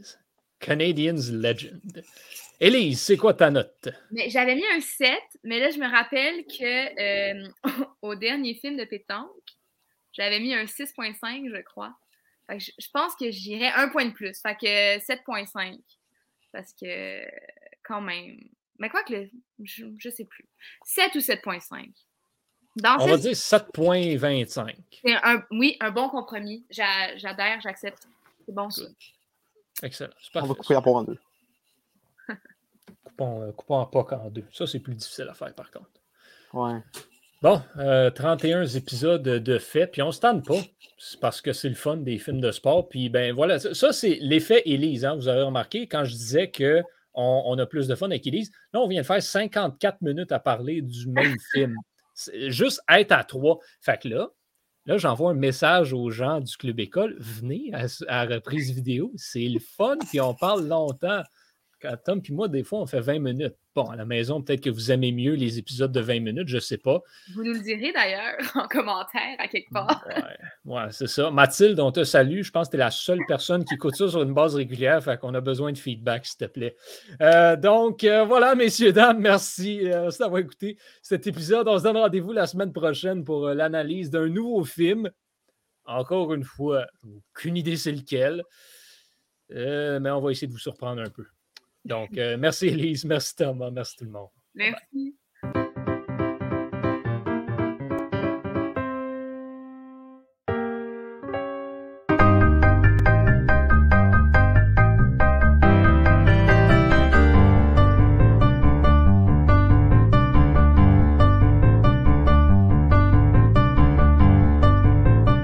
Canadiens Legend. Élise, c'est quoi ta note? Mais j'avais mis un sept, mais là, je me rappelle que euh, au dernier film de pétanque, j'avais mis un six virgule cinq, je crois. Fait que je, je pense que j'irais un point de plus. Fait que sept virgule cinq. Parce que, quand même. Mais quoi que le. Je, je sais plus. sept ou sept virgule cinq. Dans On ce- va dire sept virgule vingt-cinq. c'est un, oui, un bon compromis. J'a- j'adhère, j'accepte. C'est bon, ça. Good. Excellent. C'est On va parfait. couper la part en deux. Coupons, euh, coupons en P O C en deux. Ça, c'est plus difficile à faire, par contre. Ouais. Bon, euh, trente et un épisodes de fait, puis on se tente pas. C'est parce que c'est le fun des films de sport. Puis ben voilà, ça, ça, c'est l'effet Élise. Hein, vous avez remarqué quand je disais qu'on on a plus de fun avec Élise. Là, on vient de faire cinquante-quatre minutes à parler du même film. C'est juste être à trois. Fait que là, là, j'envoie un message aux gens du Club École. Venez à, à la reprise vidéo. C'est le fun, puis on parle longtemps. Quand Tom puis moi, des fois, on fait vingt minutes. Bon, à la maison, peut-être que vous aimez mieux les épisodes de vingt minutes, je ne sais pas. Vous nous le direz d'ailleurs en commentaire à quelque part. Ouais, ouais, c'est ça. Mathilde, on te salue. Je pense que tu es la seule personne qui écoute ça sur une base régulière. Fait qu'on a besoin de feedback, s'il te plaît. Euh, donc, euh, voilà, messieurs, dames, merci euh, d'avoir écouté cet épisode. On se donne rendez-vous la semaine prochaine pour euh, l'analyse d'un nouveau film. Encore une fois, aucune idée c'est lequel. Euh, mais on va essayer de vous surprendre un peu. Donc, euh, merci Élise, merci Thomas, merci tout le monde. Merci.